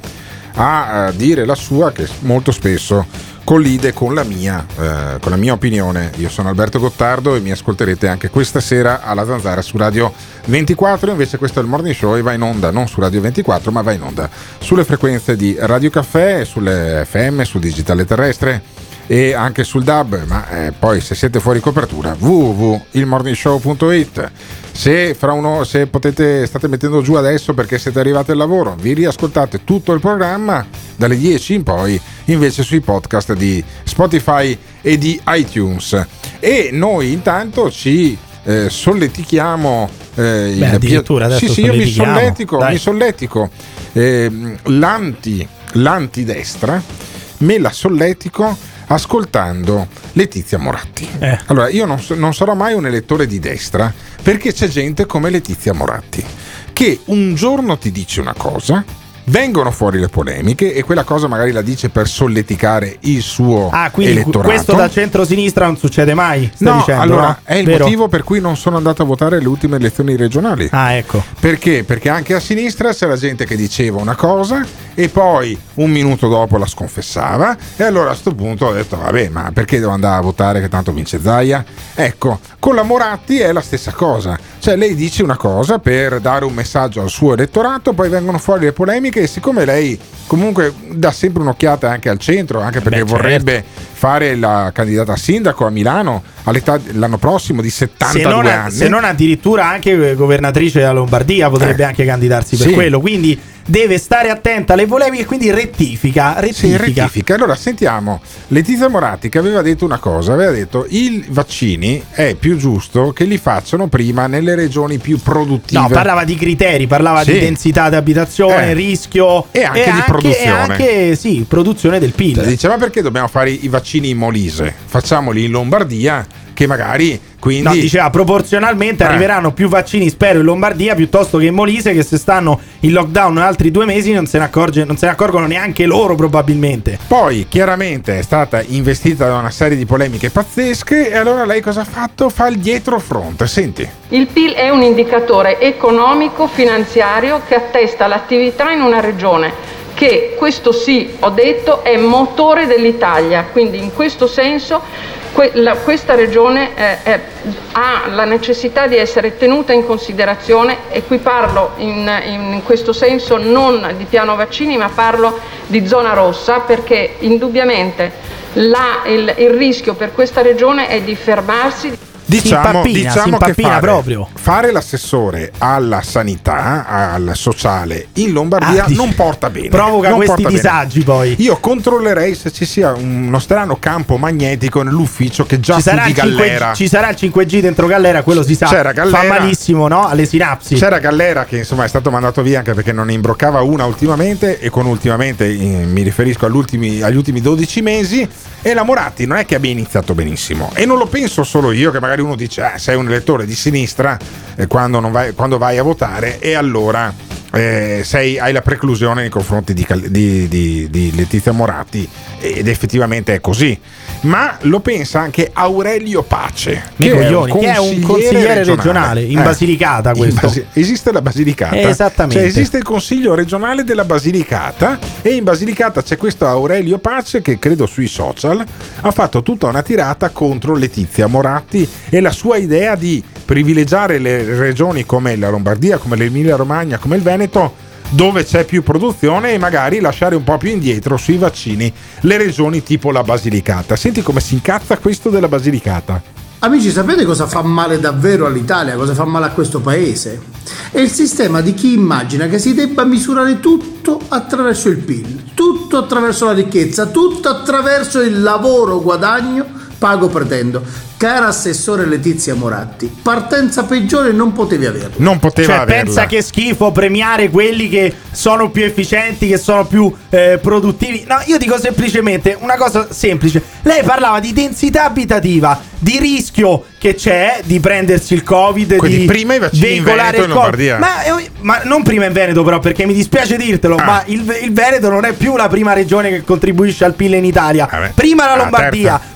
a dire la sua, che molto spesso collide con la mia eh, con la mia opinione. Io sono Alberto Gottardo e mi ascolterete anche questa sera alla Zanzara su Radio ventiquattro. Invece questo è il Morning Show e va in onda non su Radio ventiquattro, ma va in onda sulle frequenze di Radio Caffè, sulle F M, sul digitale terrestre e anche sul D A B, ma eh, poi se siete fuori copertura w w w punto il morning show punto i t. Se fra uno se potete state mettendo giù adesso perché siete arrivati al lavoro, vi riascoltate tutto il programma dalle dieci in poi invece sui podcast di Spotify e di iTunes. E noi intanto ci eh, solletichiamo eh, Beh, addirittura adesso sì sì io mi solletico Dai. mi solletico eh, l'anti l'antidestra me la solletico ascoltando Letizia Moratti. Eh. Allora, io non, non sarò mai un elettore di destra perché c'è gente come Letizia Moratti che un giorno ti dice una cosa, vengono fuori le polemiche e quella cosa magari la dice per solleticare il suo ah, quindi elettorato. Questo da centrosinistra non succede mai, stai no, dicendo, allora no? è il Vero? motivo per cui non sono andato a votare alle ultime elezioni regionali. Ah, ecco. Perché? Perché anche a sinistra c'era gente che diceva una cosa e poi un minuto dopo la sconfessava e allora a sto punto ho detto vabbè, ma perché devo andare a votare che tanto vince Zaia? Ecco, con la Moratti è la stessa cosa, cioè lei dice una cosa per dare un messaggio al suo elettorato, poi vengono fuori le polemiche e siccome lei comunque dà sempre un'occhiata anche al centro, anche perché Beh, vorrebbe certo. fare la candidata a sindaco a Milano all'età l'anno prossimo di settantadue se non, anni, se non addirittura anche governatrice della Lombardia potrebbe eh. anche candidarsi per sì. quello, quindi deve stare attenta alle polemiche, quindi rettifica rettifica. Sì, rettifica. Allora sentiamo Letizia Moratti che aveva detto una cosa, aveva detto i vaccini è più giusto che li facciano prima nelle regioni più produttive. No, parlava di criteri, parlava sì. di densità di abitazione, eh. rischio e anche e di anche, produzione. E anche sì, produzione del P I L. Cioè, diceva perché dobbiamo fare i vaccini in Molise? Facciamoli in Lombardia che magari quindi no, diceva proporzionalmente eh. arriveranno più vaccini spero in Lombardia piuttosto che in Molise, che se stanno in lockdown altri due mesi non se ne accorge, non se ne accorgono neanche loro probabilmente. Poi chiaramente è stata investita da una serie di polemiche pazzesche e allora lei cosa ha fatto? Fa il dietro front, senti. Il P I L è un indicatore economico finanziario che attesta l'attività in una regione che, questo sì ho detto, è motore dell'Italia, quindi in questo senso Que- la, questa regione eh, eh, ha la necessità di essere tenuta in considerazione e qui parlo in, in questo senso non di piano vaccini ma parlo di zona rossa perché indubbiamente la, il, il rischio per questa regione è di fermarsi. Diciamo, diciamo che fare, proprio. fare l'assessore alla sanità, al sociale in Lombardia ah, non porta bene. Provoca non questi porta disagi bene. poi. Io controllerei se ci sia uno strano campo magnetico nell'ufficio che già ci fu sarà di Gallera. cinque G, ci sarà il cinque G dentro Gallera, quello si sa. C'era Gallera, fa malissimo, no? Alle sinapsi. C'era Gallera che insomma è stato mandato via anche perché non ne imbroccava una ultimamente e con ultimamente eh, mi riferisco agli ultimi, agli ultimi dodici mesi. E la Moratti non è che abbia iniziato benissimo e non lo penso solo io, che magari uno dice ah, sei un elettore di sinistra eh, quando, non vai, quando vai a votare e allora eh, sei, hai la preclusione nei confronti di, di, di, di Letizia Moratti ed effettivamente è così, ma lo pensa anche Aurelio Pace che, è è, che è un consigliere regionale, regionale in eh, Basilicata questo. In Basi- esiste la Basilicata, eh, esattamente, cioè esiste il consiglio regionale della Basilicata e in Basilicata c'è questo Aurelio Pace che credo sui social ha fatto tutta una tirata contro Letizia Moratti e la sua idea di privilegiare le regioni come la Lombardia, come l'Emilia Romagna, come il Veneto, dove c'è più produzione e magari lasciare un po' più indietro sui vaccini le regioni tipo la Basilicata. Senti come si incazza questo della Basilicata. Amici, sapete cosa fa male davvero all'Italia, cosa fa male a questo paese? È il sistema di chi immagina che si debba misurare tutto attraverso il P I L, tutto attraverso la ricchezza, tutto attraverso il lavoro, guadagno, pago, pretendo. Cara assessore Letizia Moratti, partenza peggiore non potevi averla. Non poteva cioè, averla. Pensa che schifo premiare quelli che sono più efficienti, che sono più eh, produttivi. No, io dico semplicemente una cosa semplice. Lei parlava di densità abitativa, di rischio che c'è di prendersi il Covid, quindi di prima i vaccini in Veneto e in Lombardia. Ma, ma non prima in Veneto però, perché mi dispiace dirtelo, ah. ma il, il Veneto non è più la prima regione che contribuisce al P I L in Italia. Vabbè. Prima la Lombardia, ah,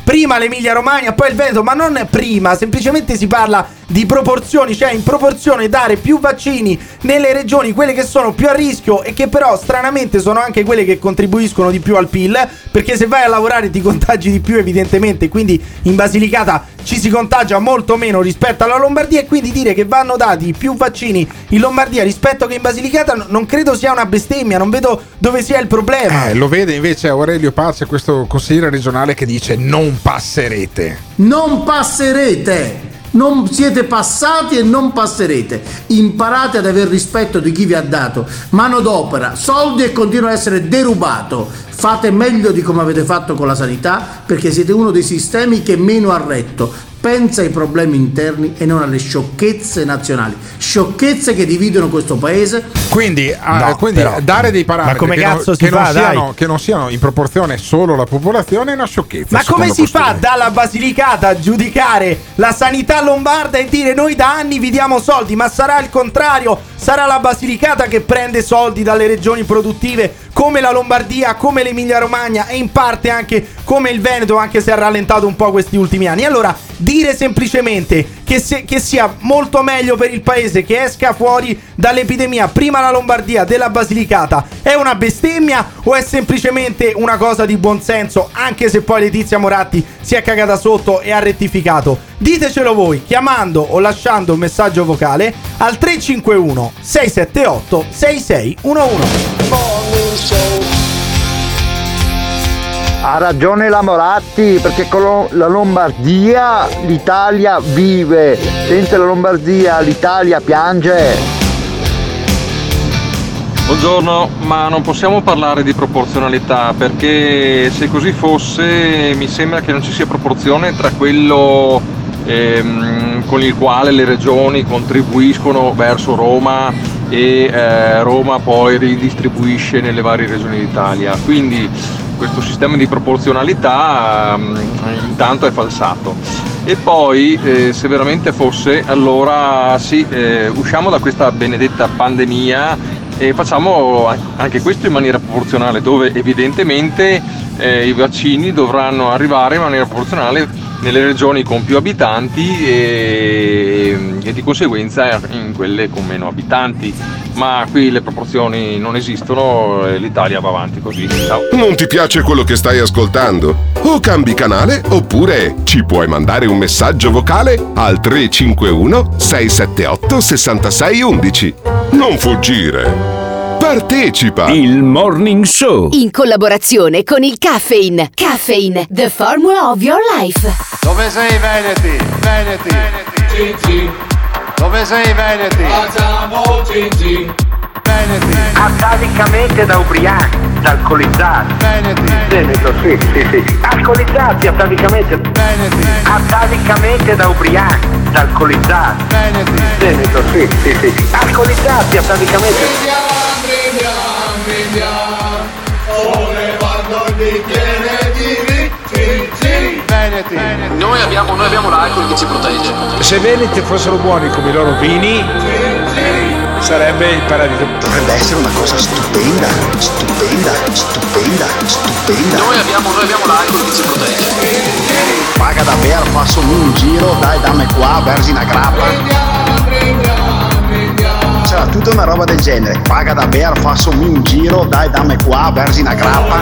prima l'Emilia Romagna, poi il Veneto, ma non prima, semplicemente si parla di proporzioni, cioè in proporzione dare più vaccini nelle regioni, quelle che sono più a rischio e che però stranamente sono anche quelle che contribuiscono di più al P I L, perché se vai a lavorare ti contagi di più evidentemente, quindi in Basilicata ci si contagia molto meno rispetto alla Lombardia, e quindi dire che vanno dati più vaccini in Lombardia rispetto che in Basilicata non credo sia una bestemmia, non vedo dove sia il problema. Eh, lo vede invece Aurelio Pace, questo consigliere regionale, che dice non passerete. Non passerete! Non siete passati e non passerete. Imparate ad aver rispetto di chi vi ha dato manodopera, soldi e continua a essere derubato. Fate meglio di come avete fatto con la sanità, perché siete uno dei sistemi che meno ha retto. Pensa ai problemi interni e non alle sciocchezze nazionali, sciocchezze che dividono questo paese. Quindi, No, ah, quindi però, dare dei parametri ma come che, cazzo non, si che, non fa, siano, dai? che non siano in proporzione solo alla popolazione è una sciocchezza. Ma come secondo si fa costui. dalla Basilicata a giudicare la sanità lombarda e dire noi da anni vi diamo soldi? Ma sarà il contrario, sarà la Basilicata che prende soldi dalle regioni produttive come la Lombardia, come l'Emilia Romagna e in parte anche come il Veneto, anche se ha rallentato un po' questi ultimi anni. Allora dire semplicemente che, se, che sia molto meglio per il paese che esca fuori dall'epidemia prima la Lombardia della Basilicata è una bestemmia o è semplicemente una cosa di buonsenso, anche se poi Letizia Moratti si è cagata sotto e ha rettificato? Ditecelo voi chiamando o lasciando un messaggio vocale al tre cinque uno sei sette otto sei sei uno uno. Ha ragione la Moratti, perché con la Lombardia l'Italia vive, senza la Lombardia l'Italia piange. Buongiorno, ma non possiamo parlare di proporzionalità, perché se così fosse mi sembra che non ci sia proporzione tra quello ehm, con il quale le regioni contribuiscono verso Roma e eh, Roma poi ridistribuisce nelle varie regioni d'Italia. Quindi questo sistema di proporzionalità um, intanto è falsato. E poi eh, se veramente fosse, allora sì, eh, usciamo da questa benedetta pandemia e facciamo anche questo in maniera proporzionale, dove evidentemente eh, i vaccini dovranno arrivare in maniera proporzionale nelle regioni con più abitanti e, e di conseguenza in quelle con meno abitanti. Ma qui le proporzioni non esistono e l'Italia va avanti così. Ciao. Non ti piace quello che stai ascoltando? O cambi canale oppure ci puoi mandare un messaggio vocale al tre cinque uno sei sette otto sei sei uno uno. Non fuggire! Partecipa! Il Morning Show In collaborazione con il Caffeine. Caffeine, the formula of your life. Dove sei Veneti? Veneti. Cinci. Dove sei Veneti? Facciamo Cinci. Veneti. Atavicamente da ubriachi, da alcolizzati. Veneti. Veneto, sì, sì, sì. Alcolizzati atavicamente. Veneti. Atavicamente da ubriachi, da alcolizzati. Veneti. Veneto, sì, sì, sì. Alcolizzati atavicamente. Prendiamo, prendiamo, sollevando il bicchiere di Cinci. Veneti. Noi abbiamo, noi abbiamo l'alcol che ci protegge. Se Veneti fossero buoni come i loro vini, sarebbe il paradiso. Dovrebbe essere una cosa stupenda, stupenda, stupenda, stupenda. Noi abbiamo, noi abbiamo l'alcol che ci protegge. Paga davvero, faccio un giro, dai dammi qua, versi una grappa. C'era tutta una roba del genere. Paga davvero, faccio un giro, dai dammi qua, versi una grappa.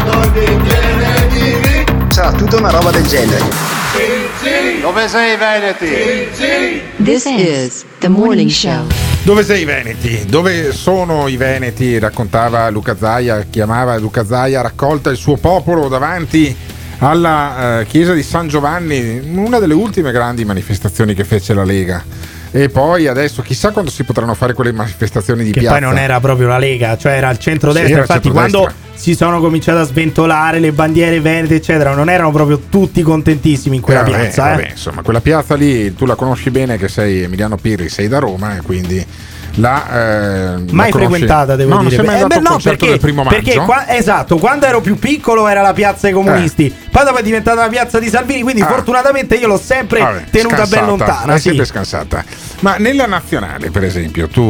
C'era tutta una roba del genere. Dove sei Veneti? This is the morning show. Dove sei i Veneti? Dove sono i Veneti? Raccontava Luca Zaia, chiamava Luca Zaia, raccolta il suo popolo davanti alla eh, chiesa di San Giovanni, una delle ultime grandi manifestazioni che fece la Lega. E poi adesso chissà quando si potranno fare quelle manifestazioni di che piazza. Che poi non era proprio la Lega, cioè era il centrodestra. Sì, era infatti centrodestra. Quando si sono cominciate a sventolare le bandiere venete eccetera, non erano proprio tutti contentissimi in quella eh, piazza. vabbè, eh. vabbè, insomma, quella piazza lì tu la conosci bene, che sei Emiliano Pirri, sei da Roma e quindi la eh, mai la frequentata, devo no, dire. Non sei mai eh, andato beh, al no, concerto perché, del primo maggio? perché qua, esatto, quando ero più piccolo era la piazza dei comunisti, eh. poi dopo è diventata la piazza di Salvini, quindi ah. fortunatamente io l'ho sempre vabbè, tenuta scansata, ben lontana. È sì. sempre scansata. Ma nella nazionale, per esempio, tu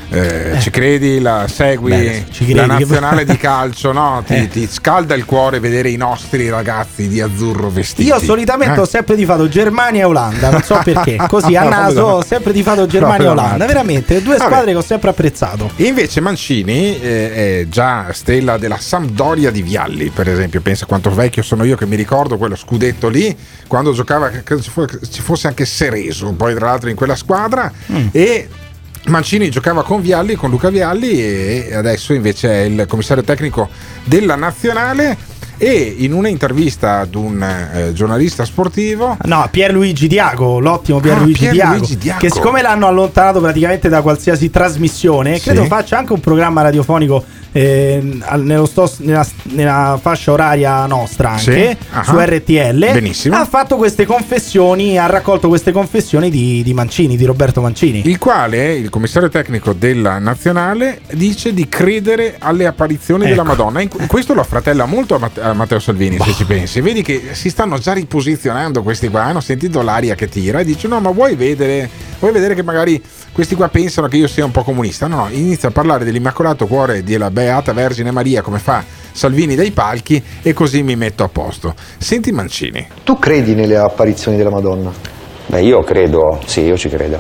Eh, eh. Ci credi? La segui? Beh, ci credi, la nazionale di calcio, no? Ti, eh. ti scalda il cuore vedere i nostri ragazzi di azzurro vestiti. Io solitamente eh. ho sempre tifato Germania e Olanda, non so perché. Così a naso ho sempre tifato Germania e Olanda. Veramente, due squadre Vabbè. che ho sempre apprezzato. E invece Mancini eh, è già stella della Sampdoria di Vialli, per esempio. Pensa quanto vecchio sono io che mi ricordo quello scudetto lì, quando giocava, credo ci fosse anche Cerezo, poi tra l'altro in quella squadra. Mm. E Mancini giocava con Vialli, con Luca Vialli, e adesso invece è il commissario tecnico della nazionale. E in una intervista ad un eh, giornalista sportivo, no, Pierluigi Diago, l'ottimo Pierluigi, ah, Pierluigi Diago, Diago, che siccome l'hanno allontanato praticamente da qualsiasi trasmissione, sì. credo faccia anche un programma radiofonico eh, nello stos, nella, nella fascia oraria nostra anche, sì. uh-huh. su R T L. Benissimo. Ha fatto queste confessioni, ha raccolto queste confessioni di, di Mancini, di Roberto Mancini, il quale, il commissario tecnico della nazionale, dice di credere alle apparizioni ecco. della Madonna. In questo lo affratella molto a Matteo a Matteo Salvini, bah. se ci pensi. Vedi che si stanno già riposizionando questi qua, hanno sentito l'aria che tira e dice no, ma vuoi vedere vuoi vedere che magari questi qua pensano che io sia un po' comunista. No, no, inizia a parlare dell'Immacolato Cuore della Beata Vergine Maria come fa Salvini dai palchi, e così mi metto a posto. Senti Mancini. Tu credi nelle apparizioni della Madonna? Beh, io credo, sì, io ci credo.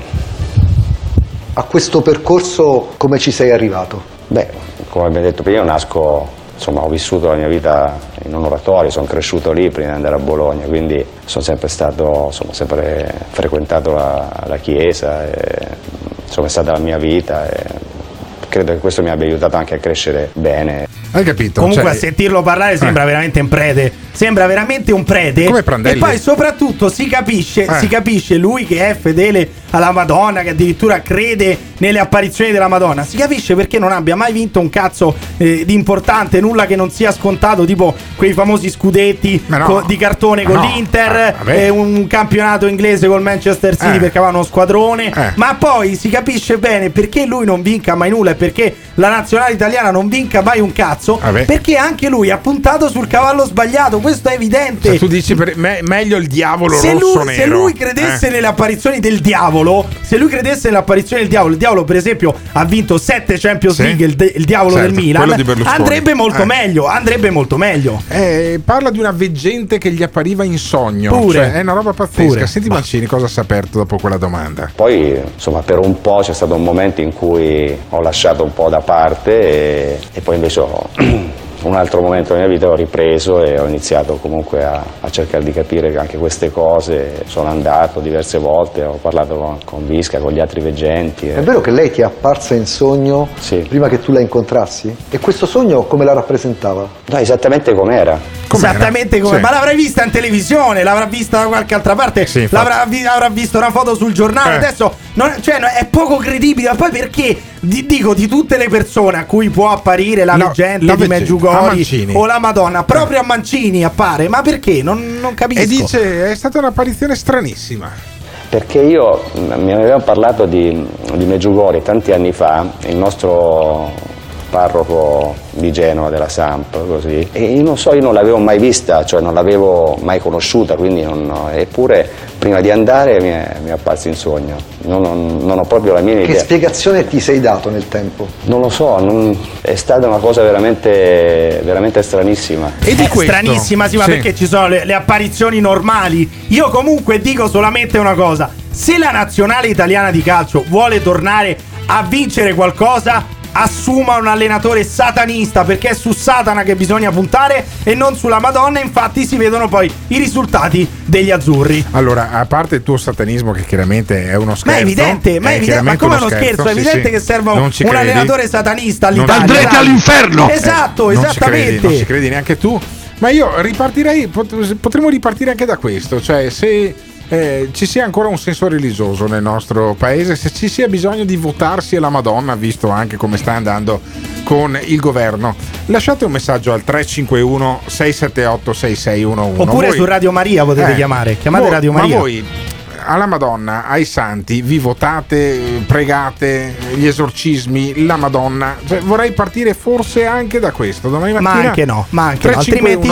A questo percorso come ci sei arrivato? Beh, come abbiamo detto prima, io nasco, insomma, ho vissuto la mia vita in un oratorio, sono cresciuto lì prima di andare a Bologna, quindi sono sempre stato, insomma, sempre frequentato la, la chiesa, e, insomma, è stata la mia vita, e credo che questo mi abbia aiutato anche a crescere bene. Hai capito? Comunque cioè, a sentirlo parlare sembra eh. veramente un prete. Sembra veramente un prete. Come Prandelli. E poi soprattutto si capisce, eh. si capisce lui che è fedele alla Madonna, che addirittura crede nelle apparizioni della Madonna. Si capisce perché non abbia mai vinto un cazzo eh, di importante, nulla che non sia scontato, tipo quei famosi scudetti no. co- di cartone con no. l'Inter, ah, e un campionato inglese col Manchester City eh. perché aveva uno squadrone. Eh. Ma poi si capisce bene perché lui non vinca mai nulla e perché la nazionale italiana non vinca mai un cazzo, ah, perché anche lui ha puntato sul cavallo sbagliato. Questo è evidente. Cioè, tu dici per me, meglio il diavolo se rosso lui, nero. Se lui credesse eh. nelle apparizioni del diavolo, se lui credesse nelle apparizioni del diavolo, il diavolo per esempio ha vinto sette Champions sì. League, il, de- il diavolo certo, del Milan, andrebbe molto eh. meglio, andrebbe molto meglio. Eh, parla di una veggente che gli appariva in sogno. Pure. Cioè, è una roba pazzesca. Pure. Senti Mancini cosa si è aperto dopo quella domanda. Poi, insomma, per un po' c'è stato un momento in cui ho lasciato un po' da parte e, e poi invece ho un altro momento della mia vita ho ripreso e ho iniziato comunque a, a cercare di capire che anche queste cose. Sono andato diverse volte, ho parlato con, con Visca, con gli altri veggenti. È vero che lei ti è apparsa in sogno sì. prima che tu la incontrassi? E questo sogno come la rappresentava? No, esattamente com'era. Com'era? Esattamente come, sì. ma l'avrai vista in televisione, l'avrà vista da qualche altra parte, sì, l'avrà vi, avrà visto una foto sul giornale. Eh. Adesso non, cioè, è poco credibile. Ma poi perché di, dico di tutte le persone a cui può apparire la no, veggente la di Medjugorje o la Madonna, proprio a Mancini appare, ma perché? Non, non capisco. E dice è stata un'apparizione stranissima. Perché io mi avevano parlato di, di Medjugorje tanti anni fa, il nostro parroco di Genova della Samp, così, e io non so, io non l'avevo mai vista, cioè non l'avevo mai conosciuta, quindi non, eppure prima di andare mi è, mi è apparso in sogno, non, non, non ho proprio la mia idea. Che spiegazione ti sei dato nel tempo? Non lo so, non, è stata una cosa veramente, veramente stranissima. E di questo? Stranissima, sì, ma sì. Perché ci sono le, le apparizioni normali. Io comunque dico solamente una cosa: se la nazionale italiana di calcio vuole tornare a vincere qualcosa, assuma un allenatore satanista, perché è su Satana che bisogna puntare e non sulla Madonna. Infatti si vedono poi i risultati degli azzurri. Allora, a parte il tuo satanismo, che chiaramente è uno scherzo, ma è evidente, ma, è evidente, ma come uno scherzo, scherzo? È evidente sì, che serva un credi. allenatore satanista all'Italia. Andrete all'inferno! Esatto, eh, esattamente. Non ci, credi, non ci credi neanche tu. Ma io ripartirei, potremmo ripartire anche da questo, cioè se Eh, ci sia ancora un senso religioso nel nostro paese, se ci sia bisogno di votarsi alla Madonna, visto anche come sta andando con il governo. Lasciate un messaggio al tre cinque uno sei sette otto sei sei uno uno oppure voi, su Radio Maria potete eh, chiamare chiamate voi, Radio Maria. Ma voi alla Madonna, ai santi vi votate, pregate, gli esorcismi, la Madonna, cioè, vorrei partire forse anche da questo domani mattina, ma anche no, ma anche no. Altrimenti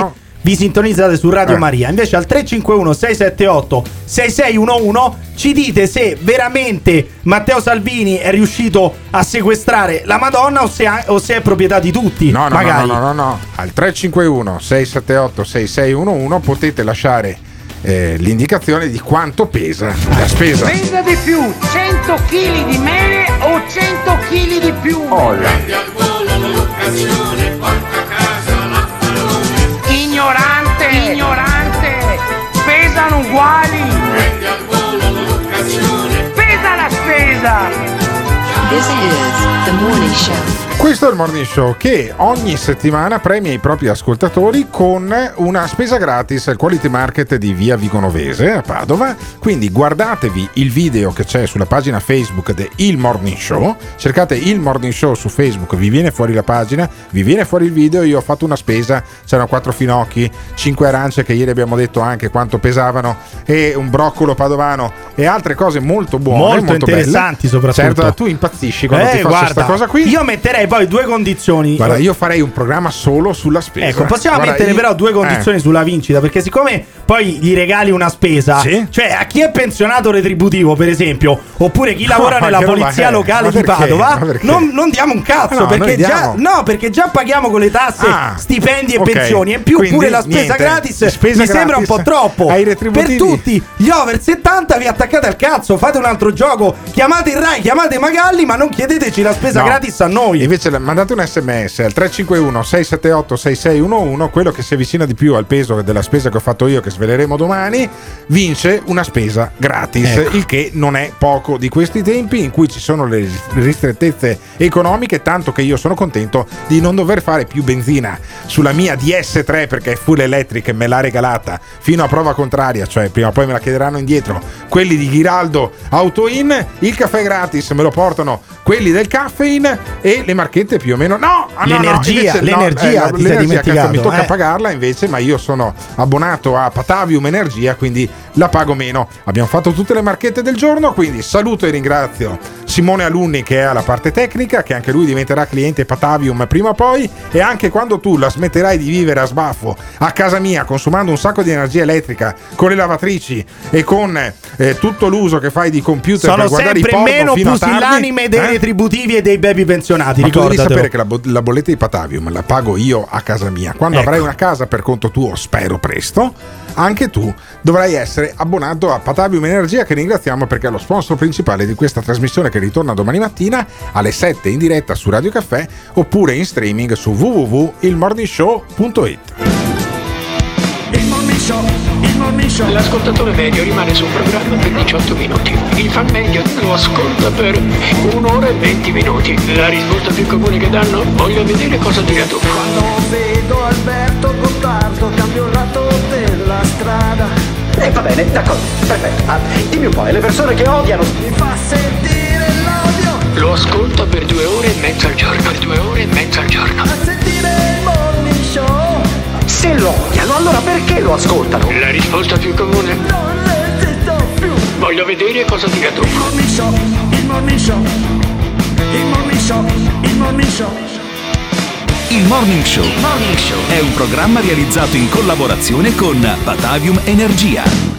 vi sintonizzate su Radio Eh. Maria. Invece al tre cinque uno sei sette otto sei sei uno uno ci dite se veramente Matteo Salvini è riuscito a sequestrare la Madonna o se, ha- o se è proprietà di tutti. No, no, magari. no, no, no, no. Al tre cinque uno sei sette otto sei sei uno uno potete lasciare eh, l'indicazione di quanto pesa la spesa. Pesa di più cento chili di mele o cento chili di più? Ignorante, ignorante, pesano uguali. Pesa la spesa. This is the morning show. Questo è il Morning Show che ogni settimana premia i propri ascoltatori con una spesa gratis al Quality Market di Via Vigonovese a Padova. Quindi guardatevi il video che c'è sulla pagina Facebook di Il Morning Show, cercate Il Morning Show su Facebook, vi viene fuori la pagina, vi viene fuori il video. Io ho fatto una spesa, c'erano quattro finocchi, cinque arance che ieri abbiamo detto anche quanto pesavano, e un broccolo padovano e altre cose molto buone, Molto, molto interessanti belle. soprattutto. Certo, tu impazzisci quando Eh, ti faccio guarda, questa cosa qui. Io metterei poi due condizioni. Guarda, io farei un programma solo sulla spesa. Ecco, possiamo Guarda, mettere io- però due condizioni eh. sulla vincita, perché siccome poi gli regali una spesa, Sì? cioè a chi è pensionato retributivo, per esempio, oppure chi lavora ma nella che roba polizia è? locale Ma di perché? Padova, Ma perché? non, non diamo un cazzo, Ah, no, perché noi già diamo. no, perché già paghiamo con le tasse Ah, stipendi e ok. pensioni, e in più Quindi, pure la spesa niente, gratis spesa mi sembra un gratis po' troppo. ai Per retributivi. tutti gli over settanta vi attaccate al cazzo, fate un altro gioco, chiamate il Rai, chiamate Magalli, ma non chiedeteci la spesa No. gratis a noi. Invece la- mandate un sms al tre cinque uno sei sette otto sei sei uno uno, quello che si avvicina di più al peso della spesa che ho fatto io, che sveleremo domani, vince una spesa gratis, Ecco. il che non è poco di questi tempi in cui ci sono le ristrettezze economiche, tanto che io sono contento di non dover fare più benzina sulla mia D S tre, perché è full electric e me l'ha regalata fino a prova contraria, cioè prima o poi me la chiederanno indietro quelli di Ghiraldo Autoin. Il caffè gratis me lo portano quelli del Caffeine, e le marchette più o meno no, ah, no, no, L'energia, invece no, l'energia, eh, ti sei l'energia, dimenticato, cazzo, mi tocca eh. pagarla invece, ma io sono abbonato a Patavium Energia, quindi la pago meno. Abbiamo fatto tutte le marchette del giorno, quindi saluto e ringrazio Simone Alunni, che è alla parte tecnica, che anche lui diventerà cliente Patavium prima o poi, e anche quando tu la smetterai di vivere a sbaffo a casa mia consumando un sacco di energia elettrica con le lavatrici e con eh, tutto l'uso che fai di computer Sono per guardare i sempre porno meno fino a tardi, pusillanime dei eh? retributivi e dei baby pensionati. Ma tu devi Ricordatelo. sapere che la, bo- la bolletta di Patavium la pago io a casa mia. Quando Ecco. avrai una casa per conto tuo, spero presto, anche tu dovrai essere abbonato a Patavium Energia, che ringraziamo perché è lo sponsor principale di questa trasmissione, che ritorna domani mattina alle sette in diretta su Radio Caffè, oppure in streaming su w w w punto il morning show punto it. Il morning show, il morning show. L'ascoltatore medio rimane sul programma per diciotto minuti. Il fan medio lo ascolta per un'ora e venti minuti. La risposta più comune che danno: voglio vedere cosa dirà tu. Quando vedo Alberto Gottardo cambio il lato della strada. E va bene, d'accordo, perfetto. Ah, dimmi un po', e le persone che odiano? Mi fa sentire l'odio. Lo ascolta per due ore e mezza al giorno. Per due ore e mezza al giorno. A sentire il morning show. Se lo odiano, allora perché lo ascoltano? La risposta più comune: Non resisto più. voglio vedere cosa dirà tu. Il morning show, il morning show. Il morning show, il morning show. Il Morning Show è un programma realizzato in collaborazione con Batavium Energia.